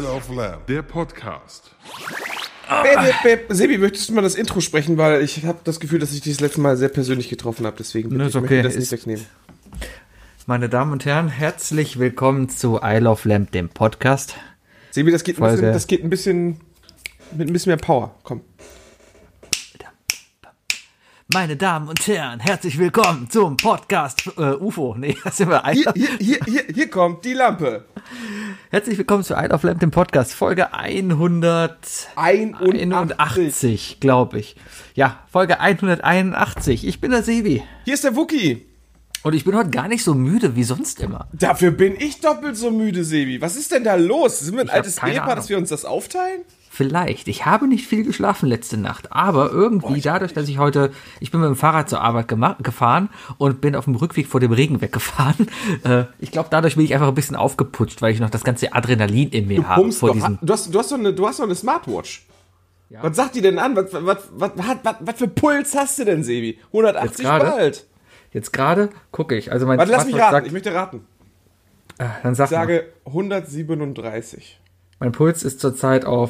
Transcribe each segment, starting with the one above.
Isle of Lamb, der Podcast. Sebi, möchtest du mal das Intro sprechen, weil ich habe das Gefühl, dass ich dich das letzte Mal sehr persönlich getroffen habe, deswegen ist möchte ich das nicht wegnehmen. Meine Damen und Herren, herzlich willkommen zu Isle of Lamb, dem Podcast. Sebi, das geht ein bisschen mit ein bisschen mehr Power. Komm. Meine Damen und Herren, herzlich willkommen zum Podcast UFO. Nee, das sind wir Hier kommt die Lampe. Herzlich willkommen zu Isle of Lamb, dem Podcast, Folge 181, glaube ich. Ja, Folge 181. Ich bin der Sebi. Hier ist der Wookie. Und ich bin heute gar nicht so müde wie sonst immer. Dafür bin ich doppelt so müde, Sebi. Was ist denn da los? Sind wir ein altes Ehepaar, dass wir uns das aufteilen? Vielleicht. Ich habe nicht viel geschlafen letzte Nacht, aber irgendwie dadurch, dass ich bin mit dem Fahrrad zur Arbeit gefahren und bin auf dem Rückweg vor dem Regen weggefahren. Ich glaube, dadurch bin ich einfach ein bisschen aufgeputscht, weil ich noch das ganze Adrenalin in mir habe. Du hast so eine Smartwatch. Ja. Was sagt die denn an? Was für Puls hast du denn, Sebi? 180 bald. Jetzt gerade gucke ich. Also Warte, lass mich raten. Ich möchte raten. Dann sag ich sage 137. Mein Puls ist zurzeit auf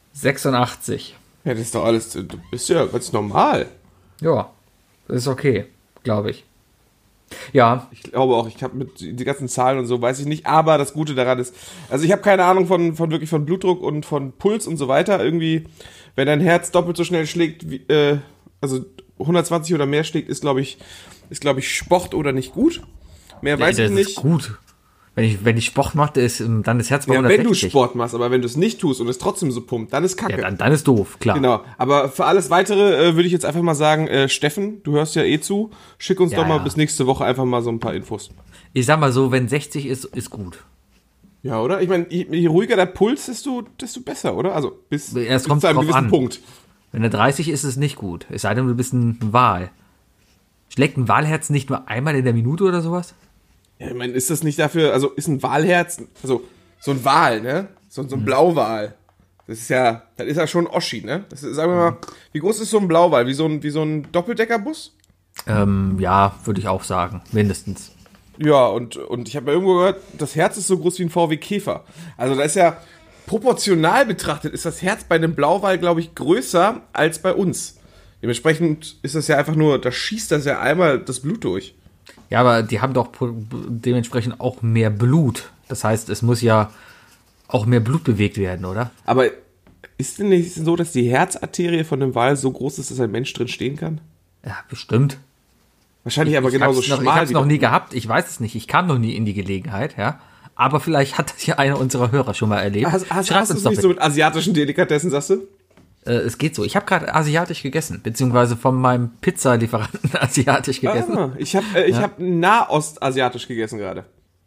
86. Ja, das ist doch alles, du bist ja ganz normal. Ja, das ist okay, glaube ich. Ja. Ich glaube auch, ich habe mit die ganzen Zahlen und so, weiß ich nicht, aber das Gute daran ist, also ich habe keine Ahnung von Blutdruck und von Puls und so weiter. Irgendwie, wenn dein Herz doppelt so schnell schlägt, also 120 oder mehr schlägt, ist glaube ich Sport oder nicht gut. Mehr weiß ich nicht. Ist gut. Wenn ich Sport mache, dann ist Herz bei 160. Wenn du Sport machst, aber wenn du es nicht tust und es trotzdem so pumpt, dann ist Kacke. Ja, dann ist doof, klar. Genau, aber für alles Weitere würde ich jetzt einfach mal sagen, Steffen, du hörst ja zu, schick uns doch mal bis nächste Woche einfach mal so ein paar Infos. Ich sag mal so, wenn 60 ist gut. Ja, oder? Ich meine, je ruhiger der Puls, desto besser, oder? Also bis zu einem gewissen Punkt. Wenn er 30 ist, ist es nicht gut. Es sei denn, du bist ein Wal. Schlägt ein Walherz nicht nur einmal in der Minute oder sowas? Ja, ich meine, ist das nicht dafür, also ist ein Walherz, also so ein Wal, ne? So ein Blauwal. Das ist ja schon Oschi, ne? Das ist, sagen wir mal, wie groß ist so ein Blauwal? Wie so ein Doppeldeckerbus? Ja, würde ich auch sagen, mindestens. Ja, und ich habe ja irgendwo gehört, das Herz ist so groß wie ein VW Käfer. Also da ist ja, proportional betrachtet, ist das Herz bei einem Blauwal, glaube ich, größer als bei uns. Dementsprechend ist das ja einfach nur, da schießt das ja einmal das Blut durch. Ja, aber die haben doch dementsprechend auch mehr Blut. Das heißt, es muss ja auch mehr Blut bewegt werden, oder? Aber ist denn nicht so, dass die Herzarterie von einem Wal so groß ist, dass ein Mensch drin stehen kann? Ja, bestimmt. Wahrscheinlich aber genauso schmal. Ich habe es noch nie gehabt, ich weiß es nicht. Ich kam noch nie in die Gelegenheit, ja. Aber vielleicht hat das ja einer unserer Hörer schon mal erlebt. Hast du es nicht so mit asiatischen Delikatessen, sagst du? Es geht so. Ich habe gerade asiatisch gegessen, beziehungsweise von meinem Pizzalieferanten asiatisch gegessen. Ich hab nahostasiatisch gegessen gerade.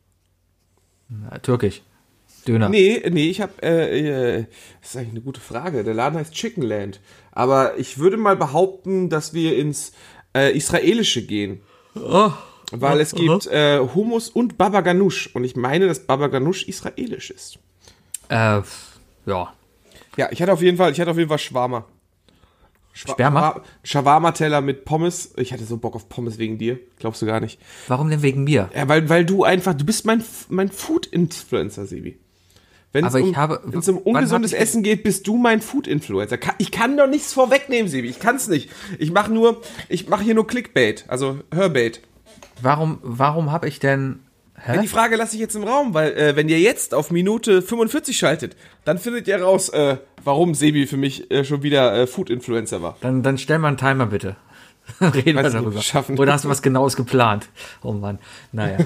Türkisch. Döner. Nee, ich habe, das ist eigentlich eine gute Frage. Der Laden heißt Chickenland. Aber ich würde mal behaupten, dass wir ins Israelische gehen. Weil es gibt Hummus und Baba Ganoush. Und ich meine, dass Baba Ganoush israelisch ist. Ja. Ja, ich hatte auf jeden Fall Shawarma. Shawarma-Teller mit Pommes. Ich hatte so Bock auf Pommes wegen dir. Glaubst du gar nicht. Warum denn wegen mir? Ja, weil du bist mein Food-Influencer, Sebi. Wenn es um ungesundes Essen geht, bist du mein Food-Influencer. Ich kann doch nichts vorwegnehmen, Sebi. Ich kann's nicht. Ich mache hier nur Clickbait, also Hörbait. Warum habe ich denn... Ja, die Frage lasse ich jetzt im Raum, weil wenn ihr jetzt auf Minute 45 schaltet, dann findet ihr raus, warum Sebi für mich schon wieder Food-Influencer war. Dann stell mal einen Timer bitte. Reden wir darüber. Oder hast du was Genaues geplant? Oh Mann, naja.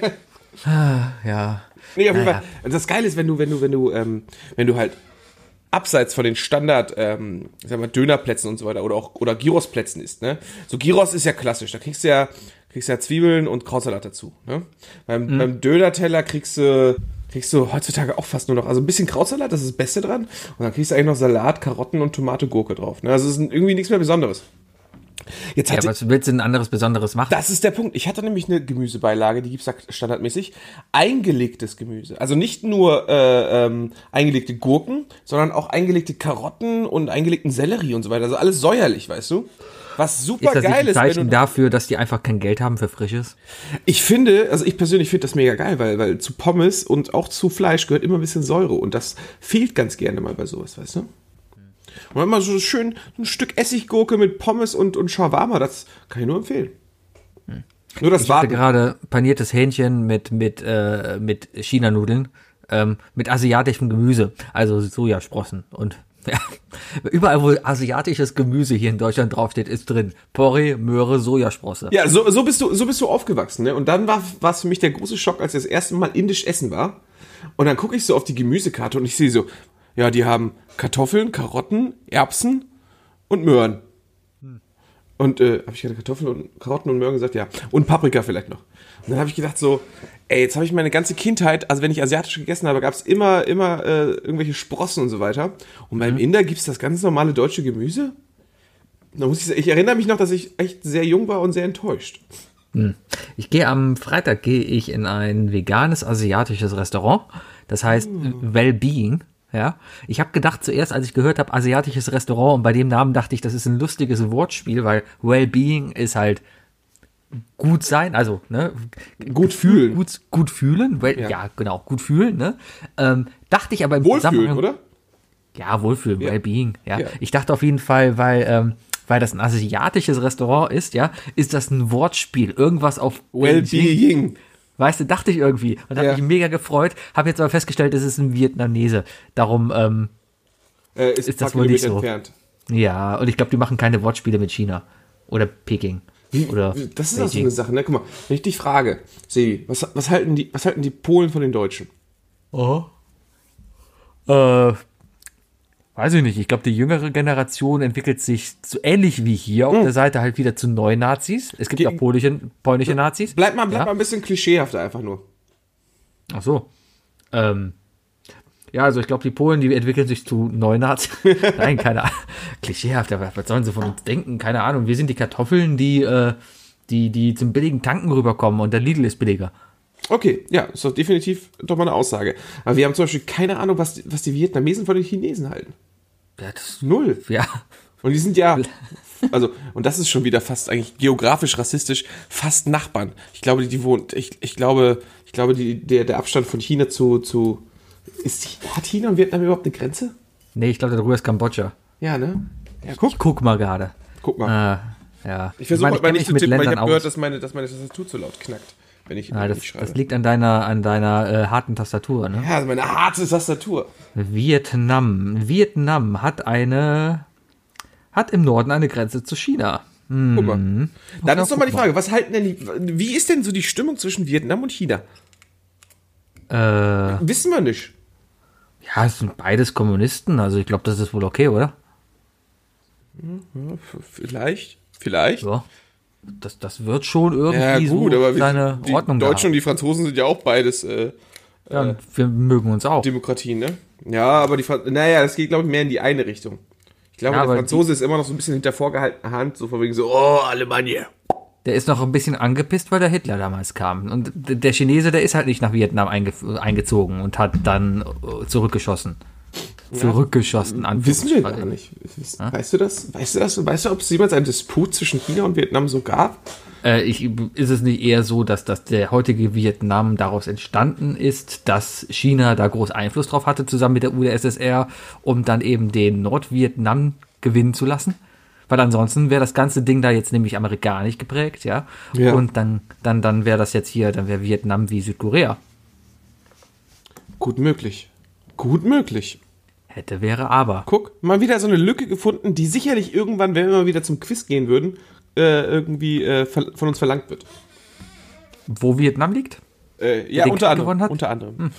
Ja. Nee, auf jeden Fall. Das Geile ist, wenn du halt abseits von den Standard, Dönerplätzen und so weiter oder Gyrosplätzen isst, ne? So Gyros ist ja klassisch, da kriegst du ja Zwiebeln und Krautsalat dazu, ne? Beim Döner-Teller kriegst du heutzutage auch fast nur noch, also ein bisschen Krautsalat, das ist das Beste dran, und dann kriegst du eigentlich noch Salat, Karotten und Tomate, Gurke drauf, ne? Also es ist irgendwie nichts mehr Besonderes. Jetzt Ja, hatte, was willst du denn anderes Besonderes machen? das ist der Punkt. Ich hatte nämlich eine Gemüsebeilage, die gibt's da standardmäßig. Eingelegtes Gemüse. Also nicht nur eingelegte Gurken, sondern auch eingelegte Karotten und eingelegten Sellerie und so weiter. Also alles säuerlich, weißt du? Was super Ist das nicht geil ein ist. Zeichen dafür, dass die einfach kein Geld haben für Frisches? Ich persönlich finde das mega geil, weil zu Pommes und auch zu Fleisch gehört immer ein bisschen Säure. Und das fehlt ganz gerne mal bei sowas, weißt du? Und dann mal so schön ein Stück Essiggurke mit Pommes und Shawarma, das kann ich nur empfehlen. Nur das Ich hatte Warten. gerade paniertes Hähnchen mit China-Nudeln, mit asiatischem Gemüse, also Sojasprossen und ja, überall, wo asiatisches Gemüse hier in Deutschland draufsteht, ist drin. Porree, Möhre, Sojasprosse. Ja, so bist du aufgewachsen, ne? Und dann war es für mich der große Schock, als ich das erste Mal indisch essen war. Und dann gucke ich so auf die Gemüsekarte und ich sehe so, ja, die haben Kartoffeln, Karotten, Erbsen und Möhren. Und habe ich gerade Karotten und Möhren gesagt? Ja. Und Paprika vielleicht noch. Und dann habe ich gedacht so, ey, jetzt habe ich meine ganze Kindheit, also wenn ich asiatisch gegessen habe, gab es immer irgendwelche Sprossen und so weiter. Und beim Inder gibt es das ganz normale deutsche Gemüse? Da muss ich sagen, ich erinnere mich noch, dass ich echt sehr jung war und sehr enttäuscht. Am Freitag gehe ich in ein veganes asiatisches Restaurant. Das heißt Wellbeing. Ja, ich habe gedacht zuerst, als ich gehört habe, asiatisches Restaurant, und bei dem Namen dachte ich, das ist ein lustiges Wortspiel, weil Wellbeing ist halt gut sein, also ne, Gut fühlen. gut fühlen, ja, genau, gut fühlen, ne? Dachte ich aber im Wohlfühlen, Zusammenhang, oder? ja, Wohlfühlen, Ja. Wellbeing, ja. Ja. Ich dachte auf jeden Fall, weil das ein asiatisches Restaurant ist, ja, ist das ein Wortspiel, irgendwas auf Wellbeing. Weißt du, dachte ich irgendwie und habe Ja. mich mega gefreut, habe jetzt aber festgestellt, es ist ein Vietnamese. Darum Ist das ein paar wohl nicht Kilometer so. entfernt. ja, und ich glaube, die machen keine Wortspiele mit China oder Peking oder Das ist auch so eine Sache, ne? Guck mal, wenn ich dich frage, Sebi, was halten die Polen von den Deutschen? Oh. Weiß ich nicht. Ich glaube, die jüngere Generation entwickelt sich so ähnlich wie hier auf der Seite halt wieder zu Neunazis. Es gibt ja auch polnische Nazis. Bleib mal Ja? ein bisschen klischeehafter einfach nur. Ach so. Ja, also ich glaube, die Polen, die entwickeln sich zu Neunazis. Nein, keine Ahnung. Klischeehaft, aber was sollen sie von uns denken? Keine Ahnung. Wir sind die Kartoffeln, die zum billigen Tanken rüberkommen und der Lidl ist billiger. Okay, ja, ist doch definitiv doch mal eine Aussage. Aber wir haben zum Beispiel keine Ahnung, was die Vietnamesen von den Chinesen halten. Ja, das, Null. ja. Und die sind ja, also, und das ist schon wieder fast eigentlich geografisch rassistisch, fast Nachbarn. Ich glaube, ich glaube, der Abstand von China hat China und Vietnam überhaupt eine Grenze? Nee, ich glaube, darüber ist Kambodscha. Ja, ne? Ja, Ich guck mal gerade. guck mal. Ja. Ich versuche meine, mal nicht kenn mich zu tippen, weil ich Ländern habe gehört, aus. dass meine Tastatur zu laut knackt, wenn ich Das schreibe. liegt an deiner harten Tastatur, ne? Ja, also meine harte Tastatur. Vietnam hat im Norden eine Grenze zu China. Guck mal. Dann ist doch mal die guck Frage, wie ist denn so die Stimmung zwischen Vietnam und China? Wissen wir nicht. Ja, es sind beides Kommunisten, also ich glaube, das ist wohl okay, oder? Vielleicht. Ja. Das wird schon irgendwie Ja, gut, so aber seine die Ordnung Deutschen und haben. die Franzosen sind ja auch beides Ja, und wir mögen uns auch. Demokratien, ne? Ja, aber das geht, glaube ich, mehr in die eine Richtung. Ich glaube, Ja, der aber Franzose ist immer noch so ein bisschen hinter vorgehaltener Hand, so von wegen so, oh, Alemannia. Der ist noch ein bisschen angepisst, weil der Hitler damals kam. Und der Chinese, der ist halt nicht nach Vietnam eingezogen und hat dann zurückgeschossen. Zurückgeschossen, Wissen wir Anführungszeichen. gar nicht. Weißt du das? Weißt du, ob es jemals einen Disput zwischen China und Vietnam so gab? Ist es nicht eher so, dass der heutige Vietnam daraus entstanden ist, dass China da groß Einfluss drauf hatte, zusammen mit der UdSSR, um dann eben den Nordvietnam gewinnen zu lassen? Weil ansonsten wäre das ganze Ding da jetzt nämlich amerikanisch geprägt, ja? Ja. Und dann wäre das jetzt hier, dann wäre Vietnam wie Südkorea. Gut möglich. Gut möglich. Hätte, wäre, aber. Guck, mal wieder so eine Lücke gefunden, die sicherlich irgendwann, wenn wir mal wieder zum Quiz gehen würden, von uns verlangt wird. Wo Vietnam liegt? Ja, den unter Krieg gewonnen anderem. hat? Unter anderem.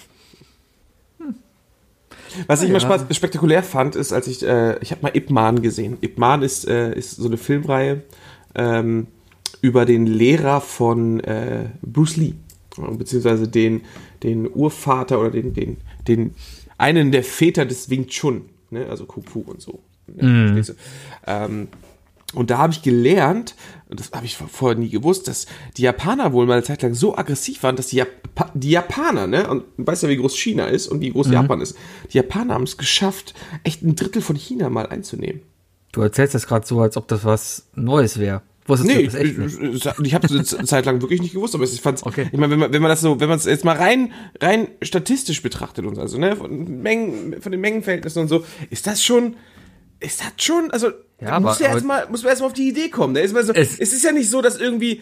Was ich mal spektakulär fand, ist, als ich habe mal Ip Man gesehen. Ip Man ist so eine Filmreihe über den Lehrer von Bruce Lee, beziehungsweise den Urvater oder den einen der Väter des Wing Chun, ne? Also Kung Fu und so. Ne? Verstehst du? Und da habe ich gelernt, und das habe ich vorher nie gewusst, dass die Japaner wohl mal eine Zeit lang so aggressiv waren, dass die Japaner, ne, und du weißt ja, wie groß China ist und wie groß Japan ist, die Japaner haben es geschafft, echt ein Drittel von China mal einzunehmen. Du erzählst das gerade so, als ob das was Neues wäre. Nee, ich habe es eine Zeit lang wirklich nicht gewusst, aber ich fand's, okay. Ich meine, wenn man es jetzt mal rein statistisch betrachtet und so, also, ne, von den Mengenverhältnissen und so, ist das schon, also, ja, muss man erstmal auf die Idee kommen. Es ist ja nicht so, dass irgendwie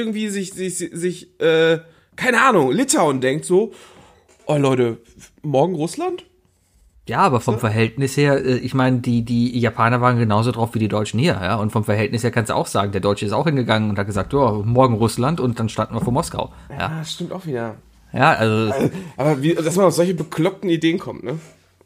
sich keine Ahnung, Litauen denkt so, oh Leute, morgen Russland? Ja, aber vom Verhältnis her, ich meine, die Japaner waren genauso drauf wie die Deutschen hier, ja, und vom Verhältnis her kannst du auch sagen, der Deutsche ist auch hingegangen und hat gesagt, ja, morgen Russland, und dann standen wir vor Moskau. Ja, stimmt auch wieder. Ja, also aber dass man auf solche bekloppten Ideen kommt, ne?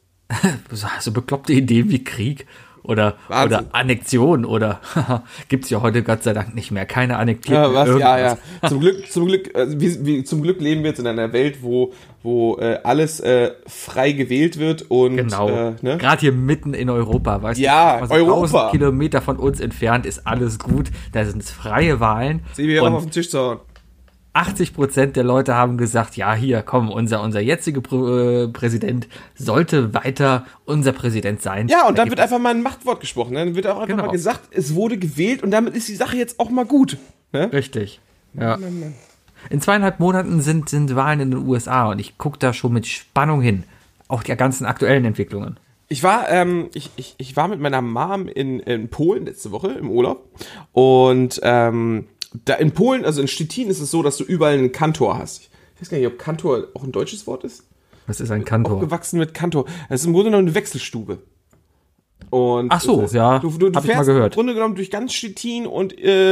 so bekloppte Ideen wie Krieg oder Annexion oder gibt's ja heute Gott sei Dank nicht mehr. Keine annektierten Ja. Zum Glück leben wir jetzt in einer Welt, wo alles frei gewählt wird und genau. Ne? Gerade hier mitten in Europa, weißt du? Also Europa. 1000 Kilometer von uns entfernt ist alles gut. Da sind es freie Wahlen. Sieh mir auf den Tisch zu hauen. 80% der Leute haben gesagt, ja, hier, komm, unser jetziger Präsident sollte weiter unser Präsident sein. Ja, und dann wird einfach mal ein Machtwort gesprochen. Ne? Dann wird auch einfach mal gesagt, es wurde gewählt und damit ist die Sache jetzt auch mal gut. Ne? Richtig. Ja. In 2,5 Monaten sind Wahlen in den USA und ich gucke da schon mit Spannung hin. Auch die ganzen aktuellen Entwicklungen. Ich war mit meiner Mom in Polen letzte Woche im Urlaub und da in Polen, also in Stettin, ist es so, dass du überall einen Kantor hast. Ich weiß gar nicht, ob Kantor auch ein deutsches Wort ist. Was ist ein Kantor? Aufgewachsen mit Kantor. Das ist im Grunde genommen eine Wechselstube. Und ach so, ja, du hab ich mal fährst gehört. im Grunde genommen durch ganz Stettin und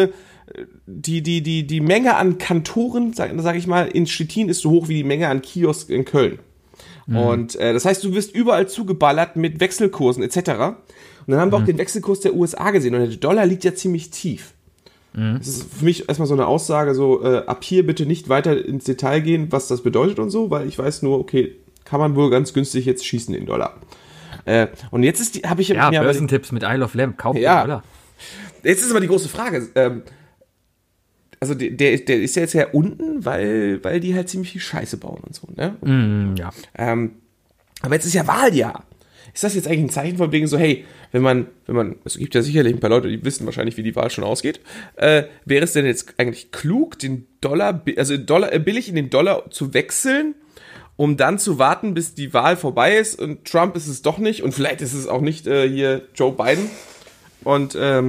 die Menge an Kantoren, sag ich mal, in Stettin ist so hoch wie die Menge an Kiosken in Köln. Und das heißt, du wirst überall zugeballert mit Wechselkursen etc. Und dann haben wir auch den Wechselkurs der USA gesehen und der Dollar liegt ja ziemlich tief. Das ist für mich erstmal so eine Aussage, so ab hier bitte nicht weiter ins Detail gehen, was das bedeutet und so, weil ich weiß nur, okay, kann man wohl ganz günstig jetzt schießen in Dollar. Und jetzt habe ich ja, Börsentipps mit Isle of Lamp, kauft ja. Dollar. Jetzt ist aber die große Frage, also der ist ja jetzt ja unten, weil die halt ziemlich viel Scheiße bauen und so, ne? Ja. Aber jetzt ist ja Wahljahr. Ist das jetzt eigentlich ein Zeichen von wegen so, hey, wenn man, es gibt ja sicherlich ein paar Leute, die wissen wahrscheinlich, wie die Wahl schon ausgeht, wäre es denn jetzt eigentlich klug, den Dollar billig in den Dollar zu wechseln, um dann zu warten, bis die Wahl vorbei ist und Trump ist es doch nicht und vielleicht ist es auch nicht hier Joe Biden und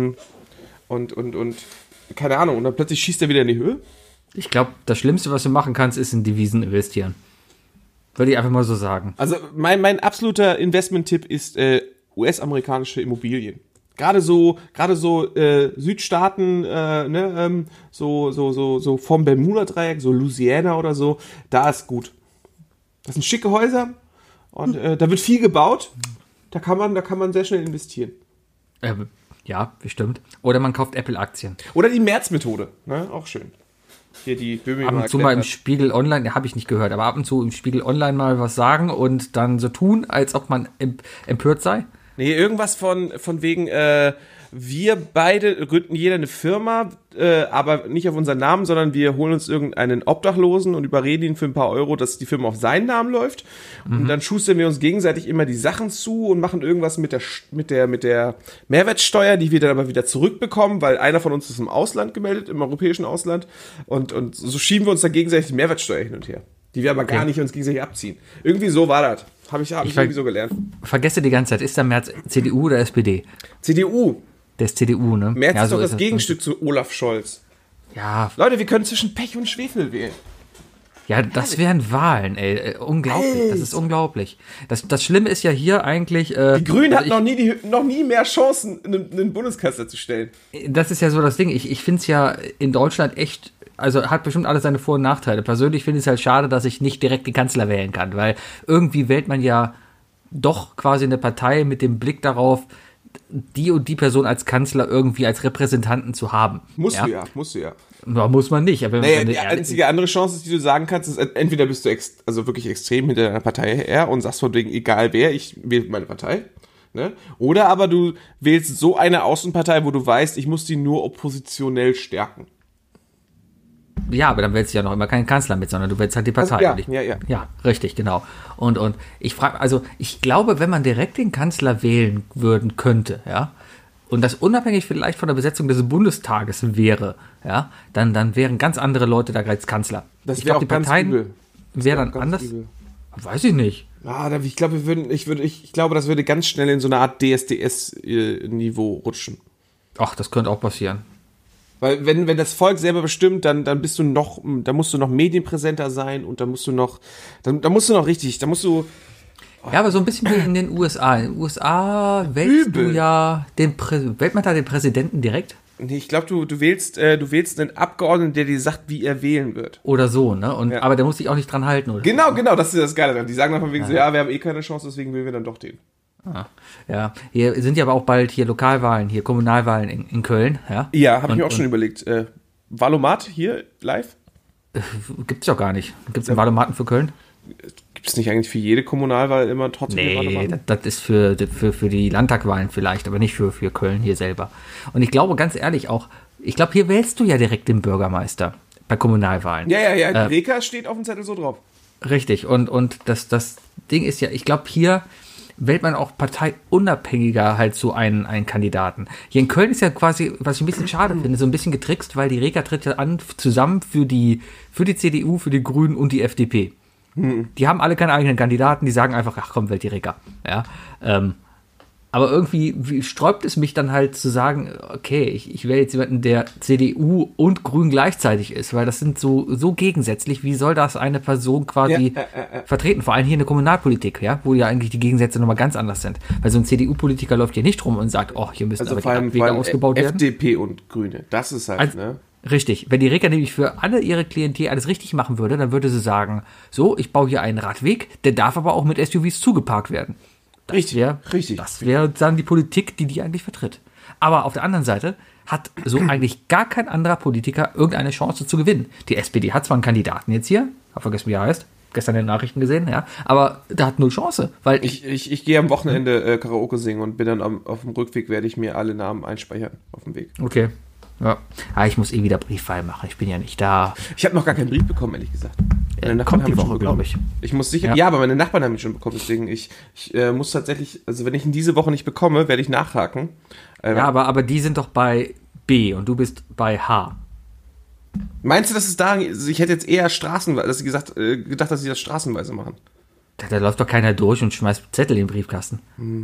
keine Ahnung, und dann plötzlich schießt er wieder in die Höhe? Ich glaube, das Schlimmste, was du machen kannst, ist in Devisen investieren. Würde ich einfach mal so sagen. Also mein absoluter Investment-Tipp ist US-amerikanische Immobilien. Gerade so Südstaaten, so vom Bermuda-Dreieck, so Louisiana oder so, da ist gut. Das sind schicke Häuser und da wird viel gebaut. Da kann man sehr schnell investieren. Ja, bestimmt. Oder man kauft Apple-Aktien. Oder die März-Methode, ne? Auch schön. Hier die Böhmi ab und zu mal im Spiegel Online, habe ich nicht gehört, aber ab und zu im Spiegel Online mal was sagen und dann so tun, als ob man empört sei. Nee, irgendwas von wegen, wir beide gründen jeder eine Firma, aber nicht auf unseren Namen, sondern wir holen uns irgendeinen Obdachlosen und überreden ihn für ein paar Euro, dass die Firma auf seinen Namen läuft. Und dann schustern wir uns gegenseitig immer die Sachen zu und machen irgendwas mit der Mehrwertsteuer, die wir dann aber wieder zurückbekommen, weil einer von uns ist im Ausland gemeldet, im europäischen Ausland. Und so schieben wir uns dann gegenseitig die Mehrwertsteuer hin und her, die wir aber gar nicht uns gegenseitig abziehen. Irgendwie so war das. Habe ich irgendwie so gelernt. Vergesse die ganze Zeit, ist der Merz CDU oder SPD? CDU. Der ist CDU, ne? Merz ist doch das Gegenstück zu Olaf Scholz. Ja. Leute, wir können zwischen Pech und Schwefel wählen. Ja, das wären Wahlen, ey. Unglaublich. Das ist unglaublich. Das Schlimme ist ja hier eigentlich. Die Grünen hatten noch nie mehr Chancen, einen Bundeskanzler zu stellen. Das ist ja so das Ding. Ich finde es ja in Deutschland echt. Also hat bestimmt alles seine Vor- und Nachteile. Persönlich finde ich es halt schade, dass ich nicht direkt den Kanzler wählen kann, weil irgendwie wählt man ja doch quasi eine Partei mit dem Blick darauf, die und die Person als Kanzler irgendwie als Repräsentanten zu haben. Musst du ja. Ja, muss man nicht. Aber die einzige andere Chance, die du sagen kannst, ist, entweder bist du wirklich extrem hinter deiner Partei her und sagst von wegen, egal wer, ich wähle meine Partei. Ne? Oder aber du wählst so eine Außenpartei, wo du weißt, ich muss die nur oppositionell stärken. Ja, aber dann wählst du ja noch immer keinen Kanzler mit, sondern du wählst halt die Partei. Also, ja. Ja, richtig, genau. Und ich frage, also ich glaube, wenn man direkt den Kanzler wählen würden könnte, ja, und das unabhängig vielleicht von der Besetzung des Bundestages wäre, ja, dann wären ganz andere Leute da als Kanzler. Das ich wäre glaube, auch ganz übel. Wäre dann anders. Übel. Weiß ich nicht. Ah, ich glaube, ich glaube, das würde ganz schnell in so eine Art DSDS-Niveau rutschen. Ach, das könnte auch passieren. Weil wenn das Volk selber bestimmt, dann musst du noch medienpräsenter sein und dann musst du noch richtig. Ja, aber so ein bisschen wie in den USA. In den USA wählst du ja wählt man da den Präsidenten direkt? Nee, ich glaube, du wählst einen Abgeordneten, der dir sagt, wie er wählen wird. Oder so, ne? Und, Ja. aber der muss sich auch nicht dran halten, oder? Genau, das ist das Geile dran. Die sagen dann von wegen so, ja, wir haben eh keine Chance, deswegen wählen wir dann doch den. Ah, ja, hier sind ja aber auch bald hier Lokalwahlen, hier Kommunalwahlen in Köln, ja? Ja, habe ich mir auch schon überlegt. Valomat hier live? Gibt's doch gar nicht. Gibt's einen Wahlomaten für Köln? Gibt es nicht eigentlich für jede Kommunalwahl immer trotzdem einen Nee, Wahlomaten? das ist für die Landtagwahlen vielleicht, aber nicht für Köln hier selber. Und ich glaube, ganz ehrlich auch, ich glaube, hier wählst du ja direkt den Bürgermeister bei Kommunalwahlen. Ja. Reka steht auf dem Zettel so drauf. Richtig, und das Ding ist ja, ich glaube, hier wählt man auch parteiunabhängiger halt so einen Kandidaten. Hier in Köln ist ja quasi, was ich ein bisschen schade finde, so ein bisschen getrickst, weil die Reka tritt ja an zusammen für die CDU, für die Grünen und die FDP. Die haben alle keine eigenen Kandidaten, die sagen einfach, ach komm, wählt die Reka. Ja, aber irgendwie sträubt es mich dann halt zu sagen, okay, ich wähle jetzt jemanden, der CDU und Grün gleichzeitig ist, weil das sind so gegensätzlich. Wie soll das eine Person quasi vertreten? Vor allem hier in der Kommunalpolitik, ja, wo ja eigentlich die Gegensätze nochmal ganz anders sind. Weil so ein CDU-Politiker läuft hier nicht rum und sagt, oh, hier müssen Also aber vor die allem Abwege ausgebaut werden. FDP und Grüne, das ist halt, Also, ne? Richtig. Wenn die Reka nämlich für alle ihre Klientel alles richtig machen würde, dann würde sie sagen, so, ich baue hier einen Radweg, der darf aber auch mit SUVs zugeparkt werden. Richtig. Das wäre dann die Politik, die eigentlich vertritt. Aber auf der anderen Seite hat so eigentlich gar kein anderer Politiker irgendeine Chance zu gewinnen. Die SPD hat zwar einen Kandidaten jetzt hier, hab vergessen, wie er heißt, gestern in den Nachrichten gesehen, ja, aber der hat null Chance, weil Ich gehe am Wochenende Karaoke singen und bin dann auf dem Rückweg, werde ich mir alle Namen einspeichern auf dem Weg. Okay. Ja. Ich muss wieder Briefwahl machen, ich bin ja nicht da. Ich habe noch gar keinen Brief bekommen, ehrlich gesagt. Meine Nachbarn Kommt die haben ihn schon Woche, bekommen. glaube ich. Ich muss sicher, ja, aber meine Nachbarn haben ihn schon bekommen, deswegen ich muss tatsächlich, also wenn ich ihn diese Woche nicht bekomme, werde ich nachhaken. Ja, aber die sind doch bei B und du bist bei H. Meinst du, dass es da, ich hätte jetzt eher gedacht, dass sie das straßenweise machen? Da läuft doch keiner durch und schmeißt Zettel in den Briefkasten.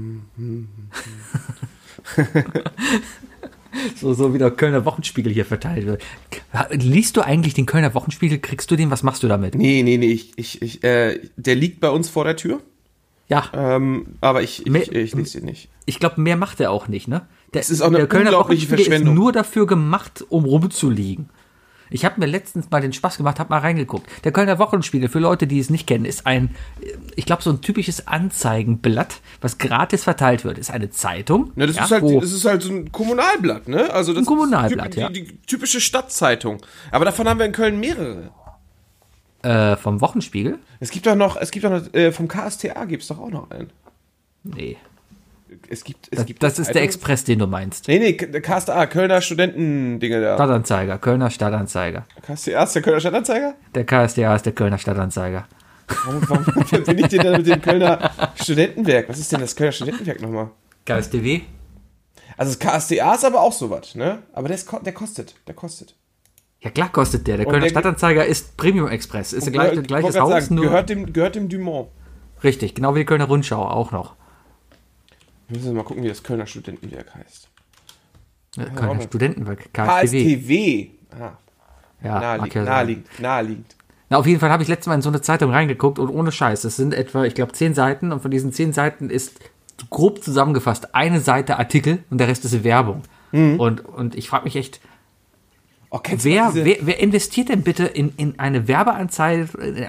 So wie der Kölner Wochenspiegel hier verteilt wird. Liest du eigentlich den Kölner Wochenspiegel? Kriegst du den? Was machst du damit? Nee, der liegt bei uns vor der Tür. Ja. Aber ich lese den nicht. Ich glaube, mehr macht er auch nicht, ne? Es ist auch eine der Kölner unglaubliche Wochenspiegel Verschwendung. ist nur dafür gemacht, um rumzuliegen. Ich habe mir letztens mal den Spaß gemacht, habe mal reingeguckt. Der Kölner Wochenspiegel, für Leute, die es nicht kennen, ist ich glaube, so ein typisches Anzeigenblatt, was gratis verteilt wird. Ist eine Zeitung. Ne, das ist halt so ein Kommunalblatt, ne? Also das Ein Kommunalblatt, ist ja. die typische Stadtzeitung. Aber davon haben wir in Köln mehrere. Vom Wochenspiegel? Es gibt doch noch vom KSTA gibt es doch auch noch einen. Nee. Es gibt Das ist der Express, den du meinst. Nee, der KSTA, Kölner Studentendinge da. Stadtanzeiger, Kölner Stadtanzeiger. KSTA ist der Kölner Stadtanzeiger? Der KSDA ist der Kölner Stadtanzeiger. Warum bin ich denn da mit dem Kölner Studentenwerk? Was ist denn das Kölner Studentenwerk nochmal? KSDW? Also das KSTA ist aber auch sowas, ne? Aber der kostet. Ja, klar kostet der. Der Und Kölner der- Stadtanzeiger ist Premium Express. Ist gleiches Ich wollte Haus, gerade sagen, nur. gehört dem Dumont. Richtig, genau wie die Kölner Rundschau auch noch. Wir müssen mal gucken, wie das Kölner Studentenwerk heißt. Kölner auch Studentenwerk, KSDW. KSTW. Ja, mag ja sein. Naheliegend. Na, auf jeden Fall habe ich letztes Mal in so eine Zeitung reingeguckt und ohne Scheiß, das sind etwa, ich glaube, 10 Seiten und von diesen 10 Seiten ist grob zusammengefasst eine Seite Artikel und der Rest ist Werbung. Und ich frage mich echt, kennst du noch Wer investiert denn bitte in eine Werbeanzeige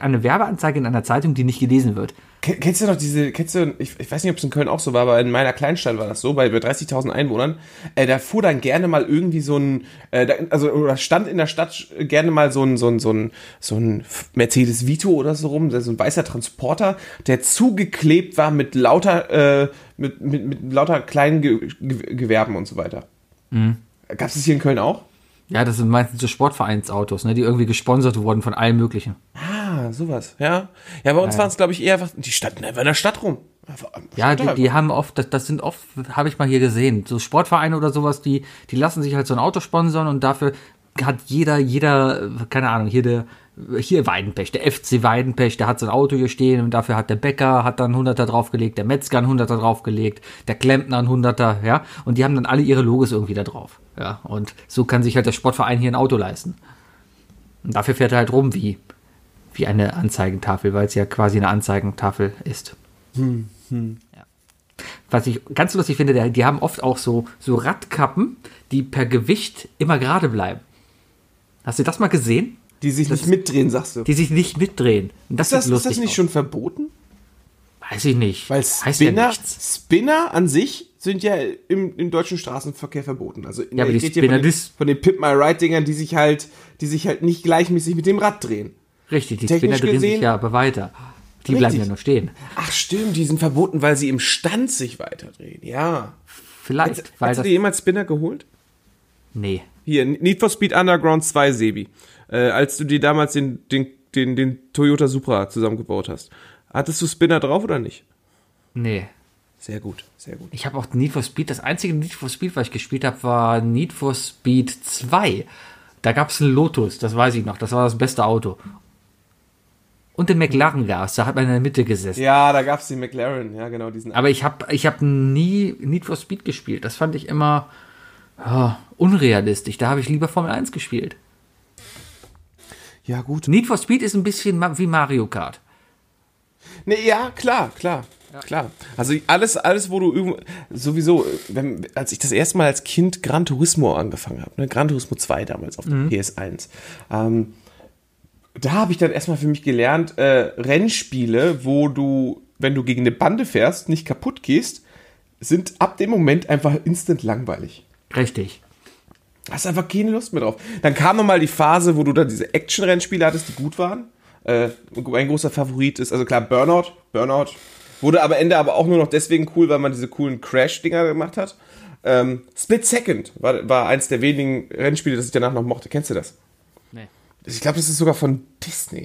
in einer Zeitung, die nicht gelesen wird? Kennst du noch ich weiß nicht, ob es in Köln auch so war, aber in meiner Kleinstadt war das so, bei über 30.000 Einwohnern, da fuhr dann gerne mal irgendwie so ein, oder stand in der Stadt gerne mal so ein Mercedes Vito oder so rum, so ein weißer Transporter, der zugeklebt war mit lauter kleinen Gewerben und so weiter. Mhm. Gab es das hier in Köln auch? Ja, das sind meistens so Sportvereinsautos, ne, die irgendwie gesponsert wurden von allem Möglichen. Ah, sowas, ja. Ja, bei uns waren es, glaube ich, eher einfach, die standen einfach in der Stadt rum. Ja, die haben oft, das sind oft, habe ich mal hier gesehen, so Sportvereine oder sowas, die lassen sich halt so ein Auto sponsern und dafür hat jeder, keine Ahnung, hier Weidenpech, der FC Weidenpech, der hat sein Auto hier stehen und dafür hat der Bäcker, hat dann 100er draufgelegt, der Metzger einen 100er draufgelegt, der Klempner einen 100er, ja, und die haben dann alle ihre Logos irgendwie da drauf, ja, und so kann sich halt der Sportverein hier ein Auto leisten. Und dafür fährt er halt rum wie eine Anzeigentafel, weil es ja quasi eine Anzeigentafel ist. Ja. Was ich ganz lustig finde, die haben oft auch so Radkappen, die per Gewicht immer gerade bleiben. Hast du das mal gesehen? Die sich nicht mitdrehen, sagst du. Die sich nicht mitdrehen. Ist das nicht schon verboten? Weiß ich nicht. Weil Spinner, Spinner an sich sind ja im deutschen Straßenverkehr verboten. Also ja, aber die Spinner von den Pimp My Ride-Dingern, die sich halt nicht gleichmäßig mit dem Rad drehen. Richtig, die Spinner drehen sich ja aber weiter. Die bleiben ja nur stehen. Ach stimmt, die sind verboten, weil sie im Stand sich weiterdrehen. Ja. Vielleicht. Hast du dir jemals Spinner geholt? Nee. Hier, Need for Speed Underground 2, Sebi. Als du dir damals den Toyota Supra zusammengebaut hast. Hattest du Spinner drauf oder nicht? Nee. Sehr gut, sehr gut. Ich habe auch Need for Speed, das einzige Need for Speed, was ich gespielt habe, war Need for Speed 2. Da gab es einen Lotus, das weiß ich noch, das war das beste Auto. Und den McLaren gab's, da hat man in der Mitte gesessen. Ja, da gab's den McLaren, ja genau. Aber ich hab nie Need for Speed gespielt, das fand ich immer unrealistisch, da habe ich lieber Formel 1 gespielt. Ja gut. Need for Speed ist ein bisschen wie Mario Kart. Ne, ja, klar. Also alles, wo du sowieso, als ich das erste Mal als Kind Gran Turismo angefangen habe, ne, Gran Turismo 2 damals auf der PS1, da habe ich dann erstmal für mich gelernt, Rennspiele, wo du, wenn du gegen eine Bande fährst, nicht kaputt gehst, sind ab dem Moment einfach instant langweilig. Richtig. Hast einfach keine Lust mehr drauf. Dann kam nochmal die Phase, wo du dann diese Action-Rennspiele hattest, die gut waren. Ein großer Favorit ist, also klar, Burnout. Wurde am Ende aber auch nur noch deswegen cool, weil man diese coolen Crash-Dinger gemacht hat. Split Second war eins der wenigen Rennspiele, das ich danach noch mochte. Kennst du das? Nee. Ich glaube, das ist sogar von Disney.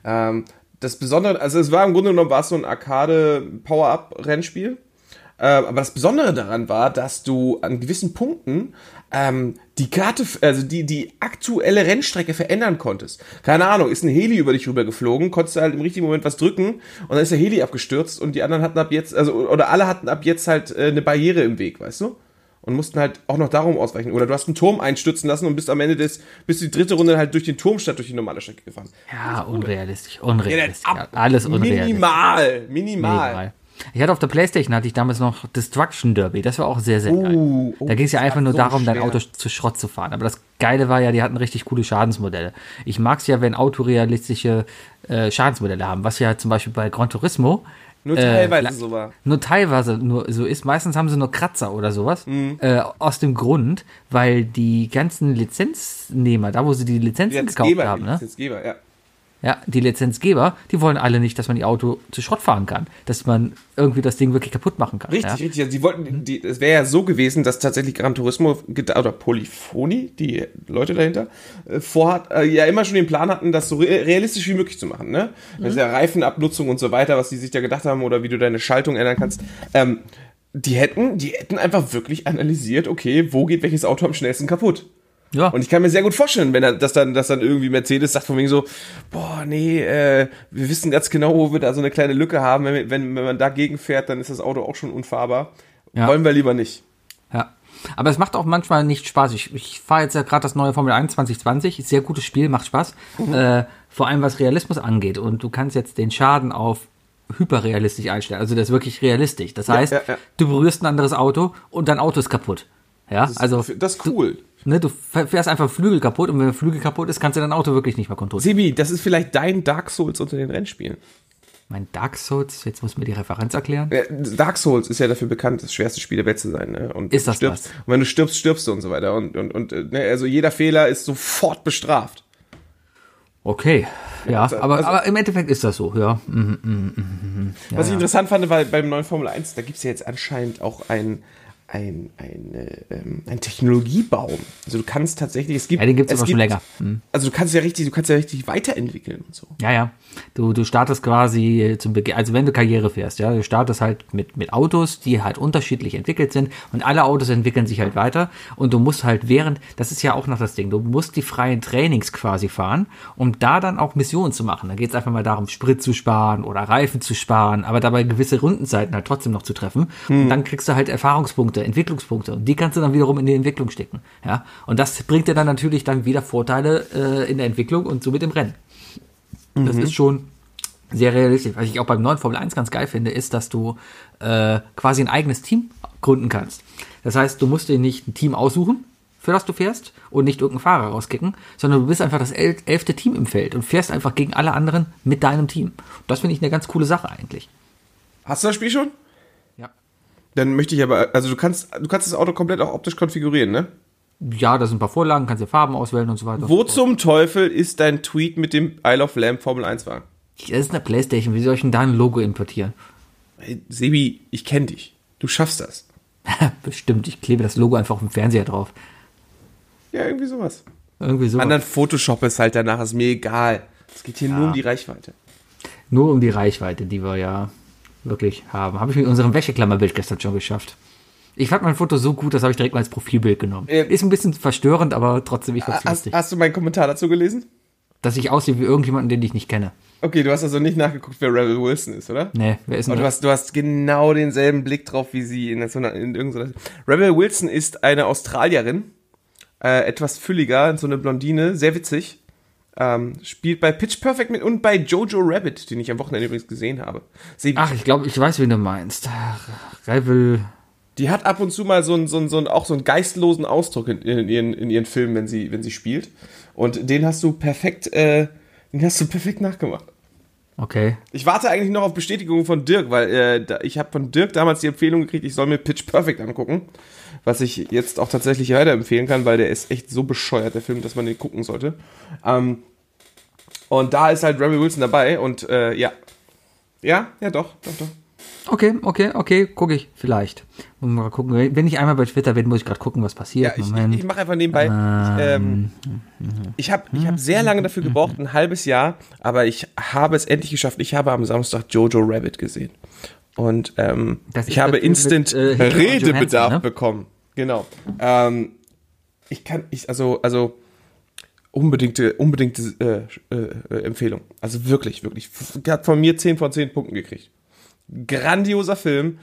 Das Besondere, also es war im Grunde genommen so ein Arcade-Power-Up-Rennspiel. Aber das Besondere daran war, dass du an gewissen Punkten die Karte, also die aktuelle Rennstrecke verändern konntest. Keine Ahnung, ist ein Heli über dich rüber geflogen, konntest du halt im richtigen Moment was drücken und dann ist der Heli abgestürzt und die anderen hatten alle hatten ab jetzt halt eine Barriere im Weg, weißt du? Und mussten halt auch noch darum ausweichen. Oder du hast einen Turm einstürzen lassen und bist am Ende bist die dritte Runde halt durch den Turm statt durch die normale Strecke gefahren. Ja, unrealistisch. Ja, alles unrealistisch. Minimal. Ich hatte auf der Playstation damals noch Destruction Derby, das war auch sehr, sehr geil. Da ging es ja einfach nur darum, dein Auto zu Schrott zu fahren. Aber das Geile war ja, die hatten richtig coole Schadensmodelle. Ich mag es ja, wenn autorealistische Schadensmodelle haben, was ja zum Beispiel bei Gran Turismo nur teilweise so war. Nur teilweise nur so ist. Meistens haben sie nur Kratzer oder sowas. Aus dem Grund, weil die ganzen Lizenznehmer, da wo sie die Lizenzen gekauft haben, ne? Lizenzgeber, ja. Ja, die Lizenzgeber, die wollen alle nicht, dass man die Auto zu Schrott fahren kann. Dass man irgendwie das Ding wirklich kaputt machen kann. Richtig. Also die wollten, es wäre ja so gewesen, dass tatsächlich Gran Turismo oder Polyphony, die Leute dahinter, ja immer schon den Plan hatten, das so realistisch wie möglich zu machen, ne? Das ist ja Reifenabnutzung und so weiter, was die sich da gedacht haben oder wie du deine Schaltung ändern kannst. Die hätten einfach wirklich analysiert, okay, wo geht welches Auto am schnellsten kaputt? Ja. Und ich kann mir sehr gut vorstellen, wenn das dann irgendwie Mercedes sagt von wegen so, boah, nee, wir wissen ganz genau, wo wir da so eine kleine Lücke haben. Wenn man dagegen fährt, dann ist das Auto auch schon unfahrbar. Ja. Wollen wir lieber nicht. Ja. Aber es macht auch manchmal nicht Spaß. Ich fahre jetzt ja gerade das neue Formel 1 2020. Sehr gutes Spiel, macht Spaß. Vor allem was Realismus angeht. Und du kannst jetzt den Schaden auf hyperrealistisch einstellen. Also das ist wirklich realistisch. Das heißt, du berührst ein anderes Auto und dein Auto ist kaputt. Ja, Das ist cool. Du fährst einfach Flügel kaputt und wenn der Flügel kaputt ist, kannst du dein Auto wirklich nicht mehr kontrollieren. Sebi, das ist vielleicht dein Dark Souls unter den Rennspielen. Mein Dark Souls, jetzt muss mir die Referenz erklären. Dark Souls ist ja dafür bekannt, das schwerste Spiel der Welt zu sein. Ne? Und ist das stirbst, und wenn du stirbst, stirbst du und so weiter. Und ne? Also jeder Fehler ist sofort bestraft. Okay, ja, aber im Endeffekt ist das so, ja. Was ich interessant fand, weil beim neuen Formel 1, da gibt es ja jetzt anscheinend auch ein Technologiebaum. Also du kannst tatsächlich, den gibt es aber schon länger. Also du kannst ja richtig weiterentwickeln und so. Ja. Du startest quasi zum Beginn, also wenn du Karriere fährst, ja, du startest halt mit Autos, die halt unterschiedlich entwickelt sind und alle Autos entwickeln sich halt weiter und du musst halt das ist ja auch noch das Ding, du musst die freien Trainings quasi fahren, um da dann auch Missionen zu machen. Da geht es einfach mal darum, Sprit zu sparen oder Reifen zu sparen, aber dabei gewisse Rundenzeiten halt trotzdem noch zu treffen. Und dann kriegst du halt Erfahrungspunkte, Entwicklungspunkte und die kannst du dann wiederum in die Entwicklung stecken. Ja? Und das bringt dir dann natürlich dann wieder Vorteile in der Entwicklung und somit im Rennen. Das ist schon sehr realistisch. Was ich auch beim neuen Formel 1 ganz geil finde, ist, dass du quasi ein eigenes Team gründen kannst. Das heißt, du musst dir nicht ein Team aussuchen, für das du fährst und nicht irgendeinen Fahrer rauskicken, sondern du bist einfach das 11. Team im Feld und fährst einfach gegen alle anderen mit deinem Team. Das finde ich eine ganz coole Sache eigentlich. Hast du das Spiel schon? Ja. Dann möchte ich aber, also du kannst das Auto komplett auch optisch konfigurieren, ne? Ja, da sind ein paar Vorlagen, kannst dir Farben auswählen und so weiter. Wo zum Teufel ist dein Tweet mit dem Isle of Lamb Formel 1 Wagen? Das ist eine Playstation, wie soll ich denn da ein Logo importieren? Hey, Sebi, ich kenne dich. Du schaffst das. Bestimmt, ich klebe das Logo einfach auf dem Fernseher drauf. Ja, irgendwie sowas. Irgendwie so. Anderen Photoshop ist halt danach, ist mir egal. Es geht hier nur um die Reichweite. Nur um die Reichweite, die wir ja wirklich haben. Habe ich mit unserem Wäscheklammerbild gestern schon geschafft. Ich fand mein Foto so gut, das habe ich direkt mal als Profilbild genommen. Ist ein bisschen verstörend, aber trotzdem, ich fand's lustig. Hast du meinen Kommentar dazu gelesen? Dass ich aussehe wie irgendjemanden, den ich nicht kenne. Okay, du hast also nicht nachgeguckt, wer Rebel Wilson ist, oder? Nee, wer ist denn das? Du hast genau denselben Blick drauf, wie sie in irgendeiner... Rebel Wilson ist eine Australierin, etwas fülliger, so eine Blondine, sehr witzig. Spielt bei Pitch Perfect mit und bei Jojo Rabbit, den ich am Wochenende übrigens gesehen habe. Ich glaube, ich weiß, wen du meinst. Rebel... Die hat ab und zu mal so einen geistlosen Ausdruck in ihren Filmen, wenn sie spielt. Und den hast du perfekt nachgemacht. Okay. Ich warte eigentlich noch auf Bestätigung von Dirk, weil ich habe von Dirk damals die Empfehlung gekriegt, ich soll mir Pitch Perfect angucken. Was ich jetzt auch tatsächlich weiterempfehlen kann, weil der ist echt so bescheuert, der Film, dass man den gucken sollte. Und da ist halt Rebel Wilson dabei und ja. Ja, doch. Okay, gucke ich vielleicht. Mal gucken. Wenn ich einmal bei Twitter bin, muss ich gerade gucken, was passiert. Ja, ich mache einfach nebenbei. Ich hab sehr lange dafür gebraucht, ein halbes Jahr, aber ich habe es endlich geschafft. Ich habe am Samstag Jojo Rabbit gesehen. Und ich habe instant Redebedarf bekommen. Genau. Unbedingte Empfehlung. Also wirklich. Hat von mir 10 von 10 Punkten gekriegt. Grandioser Film.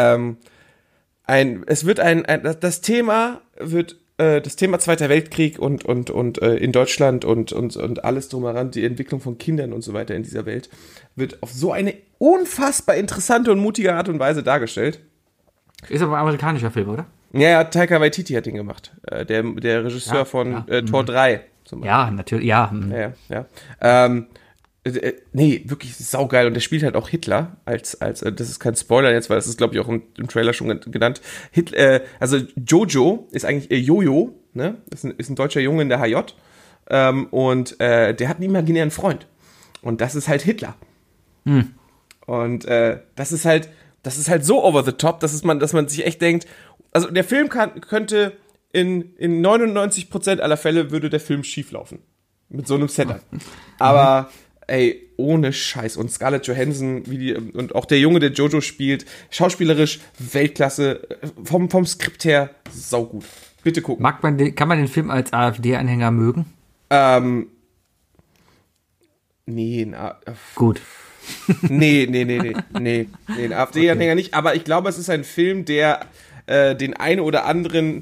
Das Thema Zweiter Weltkrieg und in Deutschland und alles drumheran, die Entwicklung von Kindern und so weiter in dieser Welt, wird auf so eine unfassbar interessante und mutige Art und Weise dargestellt. Ist aber ein amerikanischer Film, oder? Ja, Taika Waititi hat den gemacht. Der Regisseur von Tor 3 zum Beispiel. Ja, natürlich, ja. Ja. Nee, wirklich saugeil. Und der spielt halt auch Hitler das ist kein Spoiler jetzt, weil das ist, glaube ich, auch im Trailer schon genannt. Also Jojo ist eigentlich Jojo, ne? Ist ein deutscher Junge in der HJ. Und der hat einen imaginären Freund. Und das ist halt Hitler. Und das ist halt so over the top, dass man sich echt denkt, also der Film könnte in 99% aller Fälle würde der Film schieflaufen. Mit so einem Setup. Aber ey, ohne Scheiß. Und Scarlett Johansson, und auch der Junge, der Jojo spielt, schauspielerisch Weltklasse, vom Skript her saugut. Bitte gucken. Kann man den Film als AfD-Anhänger mögen? Nee. Gut. Nee, ein AfD-Anhänger nicht. Aber ich glaube, es ist ein Film, der den einen oder anderen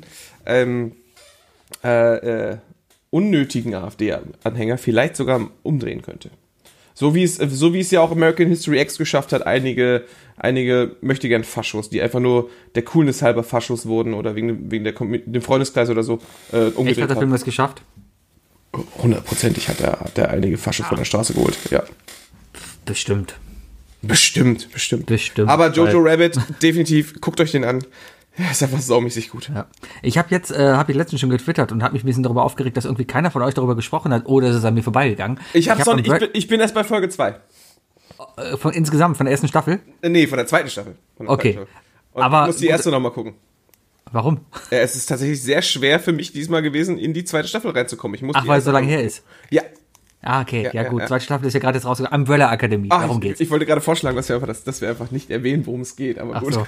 unnötigen AfD-Anhänger vielleicht sogar umdrehen könnte. So wie es ja auch American History X geschafft hat, einige möchte gern Faschos, die einfach nur der Coolness halber Faschos wurden oder wegen dem Freundeskreis oder so umgedreht Echt, hat der Film das geschafft? 100%ig hat er einige Faschos von der Straße geholt, ja. Bestimmt. Bestimmt. Aber Jojo Rabbit, definitiv, guckt euch den an. Ja, ist einfach saumäßig gut. Ja. Ich habe letztens schon getwittert und habe mich ein bisschen darüber aufgeregt, dass irgendwie keiner von euch darüber gesprochen hat oder es ist an mir vorbeigegangen. Ich bin erst bei Folge 2. Insgesamt, von der ersten Staffel? Nee, von der zweiten Staffel. Okay. Und aber ich muss die erste nochmal gucken. Warum? Es ist tatsächlich sehr schwer für mich diesmal gewesen, in die zweite Staffel reinzukommen. Weil es so lange her ist? Ja. Ah, okay, ja gut. Zweite Staffel ist ja gerade jetzt rausgegangen. Umbrella Academy, darum geht's. Ich wollte gerade vorschlagen, dass wir einfach nicht erwähnen, worum es geht, aber gut. So.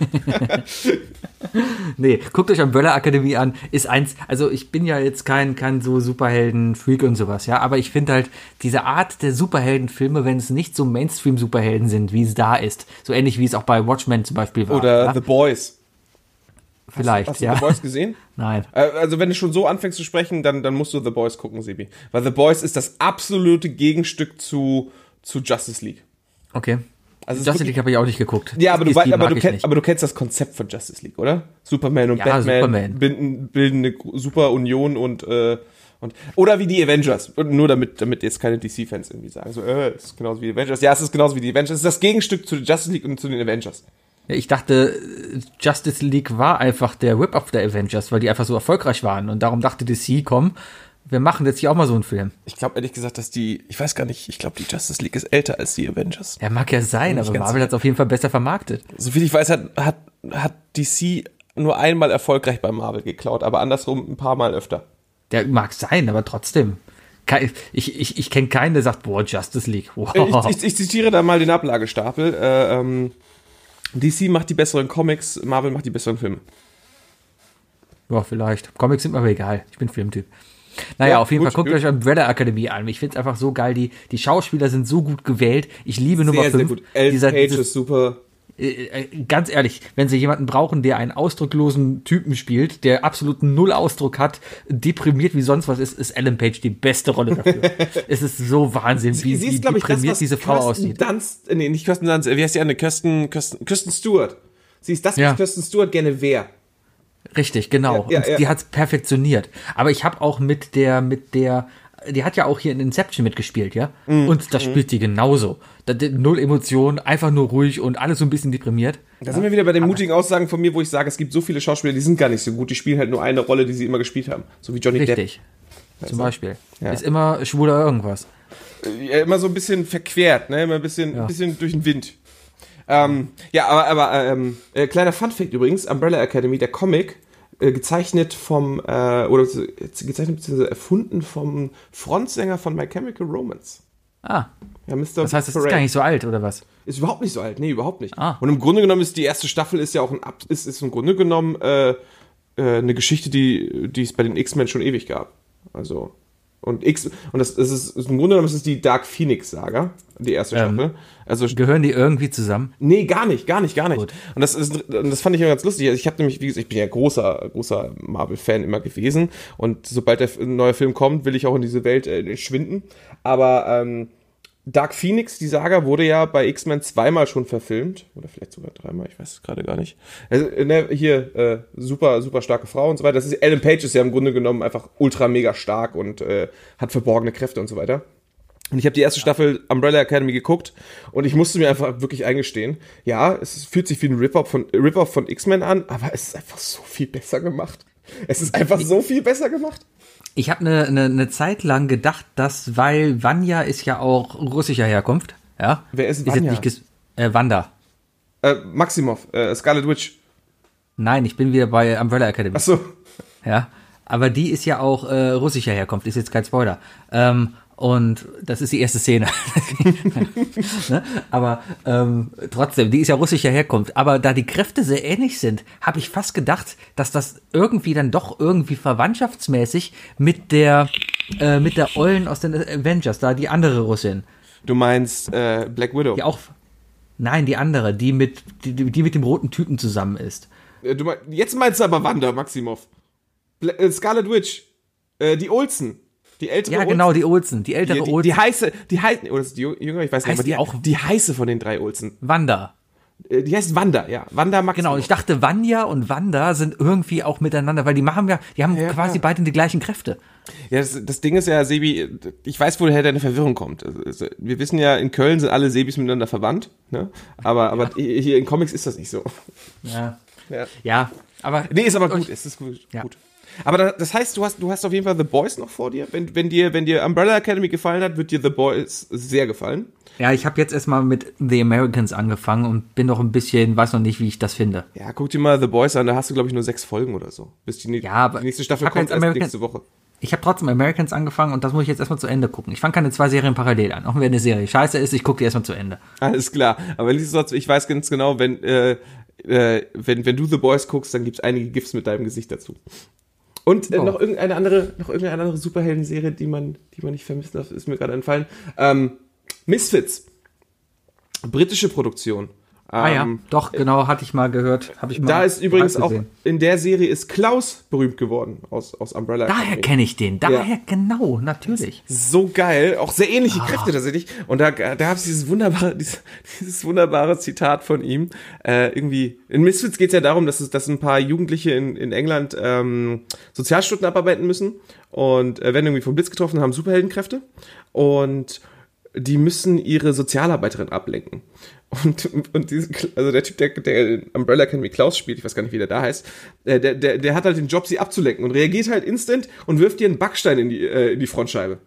Nee, guckt euch Umbrella Academy an. Ist also ich bin ja jetzt kein so Superhelden-Freak und sowas, ja, aber ich finde halt diese Art der Superheldenfilme, wenn es nicht so Mainstream-Superhelden sind, wie es da ist, so ähnlich wie es auch bei Watchmen zum Beispiel war. Oder The Boys. Vielleicht, hast du The Boys gesehen? Nein. Also wenn du schon so anfängst zu sprechen, dann musst du The Boys gucken, Sebi. Weil The Boys ist das absolute Gegenstück zu Justice League. Okay. Also Justice League habe ich auch nicht geguckt. Ja, aber du kennst das Konzept von Justice League, oder? Superman und Batman bilden eine super Union und oder wie die Avengers. Nur damit jetzt keine DC-Fans irgendwie sagen, so, es ist genauso wie die Avengers. Ja, es ist genauso wie die Avengers. Es ist das Gegenstück zu Justice League und zu den Avengers. Ja, ich dachte, Justice League war einfach der Rip-Off der Avengers, weil die einfach so erfolgreich waren. Und darum dachte DC, komm, wir machen jetzt hier auch mal so einen Film. Ich glaube ehrlich gesagt, ich weiß gar nicht, ich glaube, die Justice League ist älter als die Avengers. Ja, mag ja sein, aber Marvel hat es auf jeden Fall besser vermarktet. Soviel ich weiß, hat DC nur einmal erfolgreich bei Marvel geklaut, aber andersrum ein paar Mal öfter. Der mag sein, aber trotzdem. Ich kenne keinen, der sagt, boah, Justice League. Wow. Ich zitiere da mal den Ablagestapel. DC macht die besseren Comics, Marvel macht die besseren Filme. Ja, vielleicht. Comics sind mir aber egal. Ich bin Filmtyp. Naja, ja, auf jeden Fall guckt euch Umbrella Academy an. Ich finde es einfach so geil. Die Schauspieler sind so gut gewählt. Ich liebe Nummer 5. Sehr gut. Ellen Page ist super. Ganz ehrlich, wenn sie jemanden brauchen, der einen ausdrucklosen Typen spielt, der absoluten Null-Ausdruck hat, deprimiert wie sonst was ist Ellen Page die beste Rolle dafür. Es ist so Wahnsinn, wie deprimiert diese Frau aussieht. Nicht Kirsten Dunst, wie heißt die eine? Kirsten Stewart. Sie ist das, was Kirsten Stewart gerne wäre. Richtig, genau. Ja. Die hat's perfektioniert. Aber ich habe auch mit der, die hat ja auch hier in Inception mitgespielt, ja? Und das spielt die genauso. Null Emotionen, einfach nur ruhig und alles so ein bisschen deprimiert. Da sind wir wieder bei den mutigen Aussagen von mir, wo ich sage, es gibt so viele Schauspieler, die sind gar nicht so gut, die spielen halt nur eine Rolle, die sie immer gespielt haben. So wie Johnny Depp. Richtig. Zum Beispiel. Ja. Ist immer schwul oder irgendwas. Ja, immer so ein bisschen verquert, ne? Immer ein bisschen durch den Wind. Aber kleiner Funfact übrigens, Umbrella Academy, der Comic, gezeichnet bzw. erfunden vom Frontsänger von My Chemical Romance. Ah. Ja, Mr. Das heißt, das ist gar nicht so alt, oder was? Ist überhaupt nicht so alt, nee, überhaupt nicht. Ah. Und im Grunde genommen ist die erste Staffel ist ja auch ist im Grunde genommen eine Geschichte, die es bei den X-Men schon ewig gab. Also und das ist im Grunde genommen ist es die Dark Phoenix Saga, die erste Staffel. Also gehören die irgendwie zusammen? Nee, gar nicht. Gut. Und das fand ich ja ganz lustig. Also ich habe nämlich, wie gesagt, ich bin ja großer Marvel-Fan immer gewesen und sobald der neue Film kommt, will ich auch in diese Welt schwinden. Aber Dark Phoenix, die Saga, wurde ja bei X-Men 2-mal schon verfilmt. Oder vielleicht sogar 3-mal, ich weiß es gerade gar nicht. Also, super, super starke Frau und so weiter. Ellen Page ist ja im Grunde genommen einfach ultra mega stark und hat verborgene Kräfte und so weiter. Und ich habe die erste Staffel Umbrella Academy geguckt und ich musste mir einfach wirklich eingestehen, ja, es fühlt sich wie ein Rip-Off von X-Men an, aber es ist einfach so viel besser gemacht. Ich habe eine Zeit lang gedacht, dass, weil Vanya ist ja auch russischer Herkunft, ja. Wer ist Vanya? Wanda. Maximoff, Scarlet Witch. Nein, ich bin wieder bei Umbrella Academy. Ach so. Ja, aber die ist ja auch russischer Herkunft, ist jetzt kein Spoiler. Und das ist die erste Szene. Ne? Aber trotzdem, die ist ja russischer Herkunft. Aber da die Kräfte sehr ähnlich sind, habe ich fast gedacht, dass das irgendwie dann doch irgendwie verwandtschaftsmäßig mit der Ollen aus den Avengers, da die andere Russin. Du meinst Black Widow? Die auch. Nein, die andere, die mit dem roten Typen zusammen ist. Jetzt meinst du aber Wanda Maximoff. Scarlet Witch. Die Olsen. Die ältere Ja, genau, die Olsen, die ältere Olsen. Die heiße, oder ist die jüngere, ich weiß nicht, Heißt aber die auch- die heiße von den 3 Olsen. Wanda. Die heißt Wanda, ja. Wanda Max. Genau, und ich dachte, Vanya und Wanda sind irgendwie auch miteinander, weil die haben Ja, quasi klar. beide die gleichen Kräfte. Ja, das Ding ist ja, Sebi, ich weiß, woher deine Verwirrung kommt. Also, wir wissen ja, in Köln sind alle Sebis miteinander verwandt, ne? Aber hier in Comics ist das nicht so. Ja. Ja. Ja, aber. Nee, ist aber gut, es ist gut. Ja. Gut. Aber das heißt, du hast auf jeden Fall The Boys noch vor dir. Wenn dir Umbrella Academy gefallen hat, wird dir The Boys sehr gefallen. Ja, ich habe jetzt erstmal mit The Americans angefangen und bin noch ein bisschen, weiß noch nicht, wie ich das finde. Ja, guck dir mal The Boys an, da hast du, glaube ich, nur 6 Folgen oder so. Bis die Ja, aber nächste Staffel ich hab kommt jetzt erst nächste Woche. Ich habe trotzdem Americans angefangen und das muss ich jetzt erstmal zu Ende gucken. Ich fange keine 2 Serien parallel an. Auch wenn eine Serie scheiße ist, ich gucke die erstmal zu Ende. Alles klar. Aber ich weiß ganz genau, wenn du The Boys guckst, dann gibt's einige GIFs mit deinem Gesicht dazu. Und noch irgendeine andere Superhelden-Serie, die man nicht vermisst darf, ist mir gerade entfallen. Misfits. Britische Produktion. Ja, doch, genau, hatte ich mal gehört. Hab ich mal Da ist übrigens auch, gesehen. in der Serie ist Klaus berühmt geworden aus Umbrella Daher Academy. kenne ich den. Daher, genau, natürlich. So geil, auch sehr ähnliche Kräfte tatsächlich. Und da gab es dieses wunderbare Zitat von ihm. Irgendwie, in Misfits geht es ja darum, dass ein paar Jugendliche in England Sozialstunden abarbeiten müssen und werden irgendwie vom Blitz getroffen und haben Superheldenkräfte. Und die müssen ihre Sozialarbeiterin ablenken. Und also der Typ, der in Umbrella Academy Klaus spielt, ich weiß gar nicht, wie der da heißt, der hat halt den Job, sie abzulenken und reagiert halt instant und wirft ihr einen Backstein in die Frontscheibe.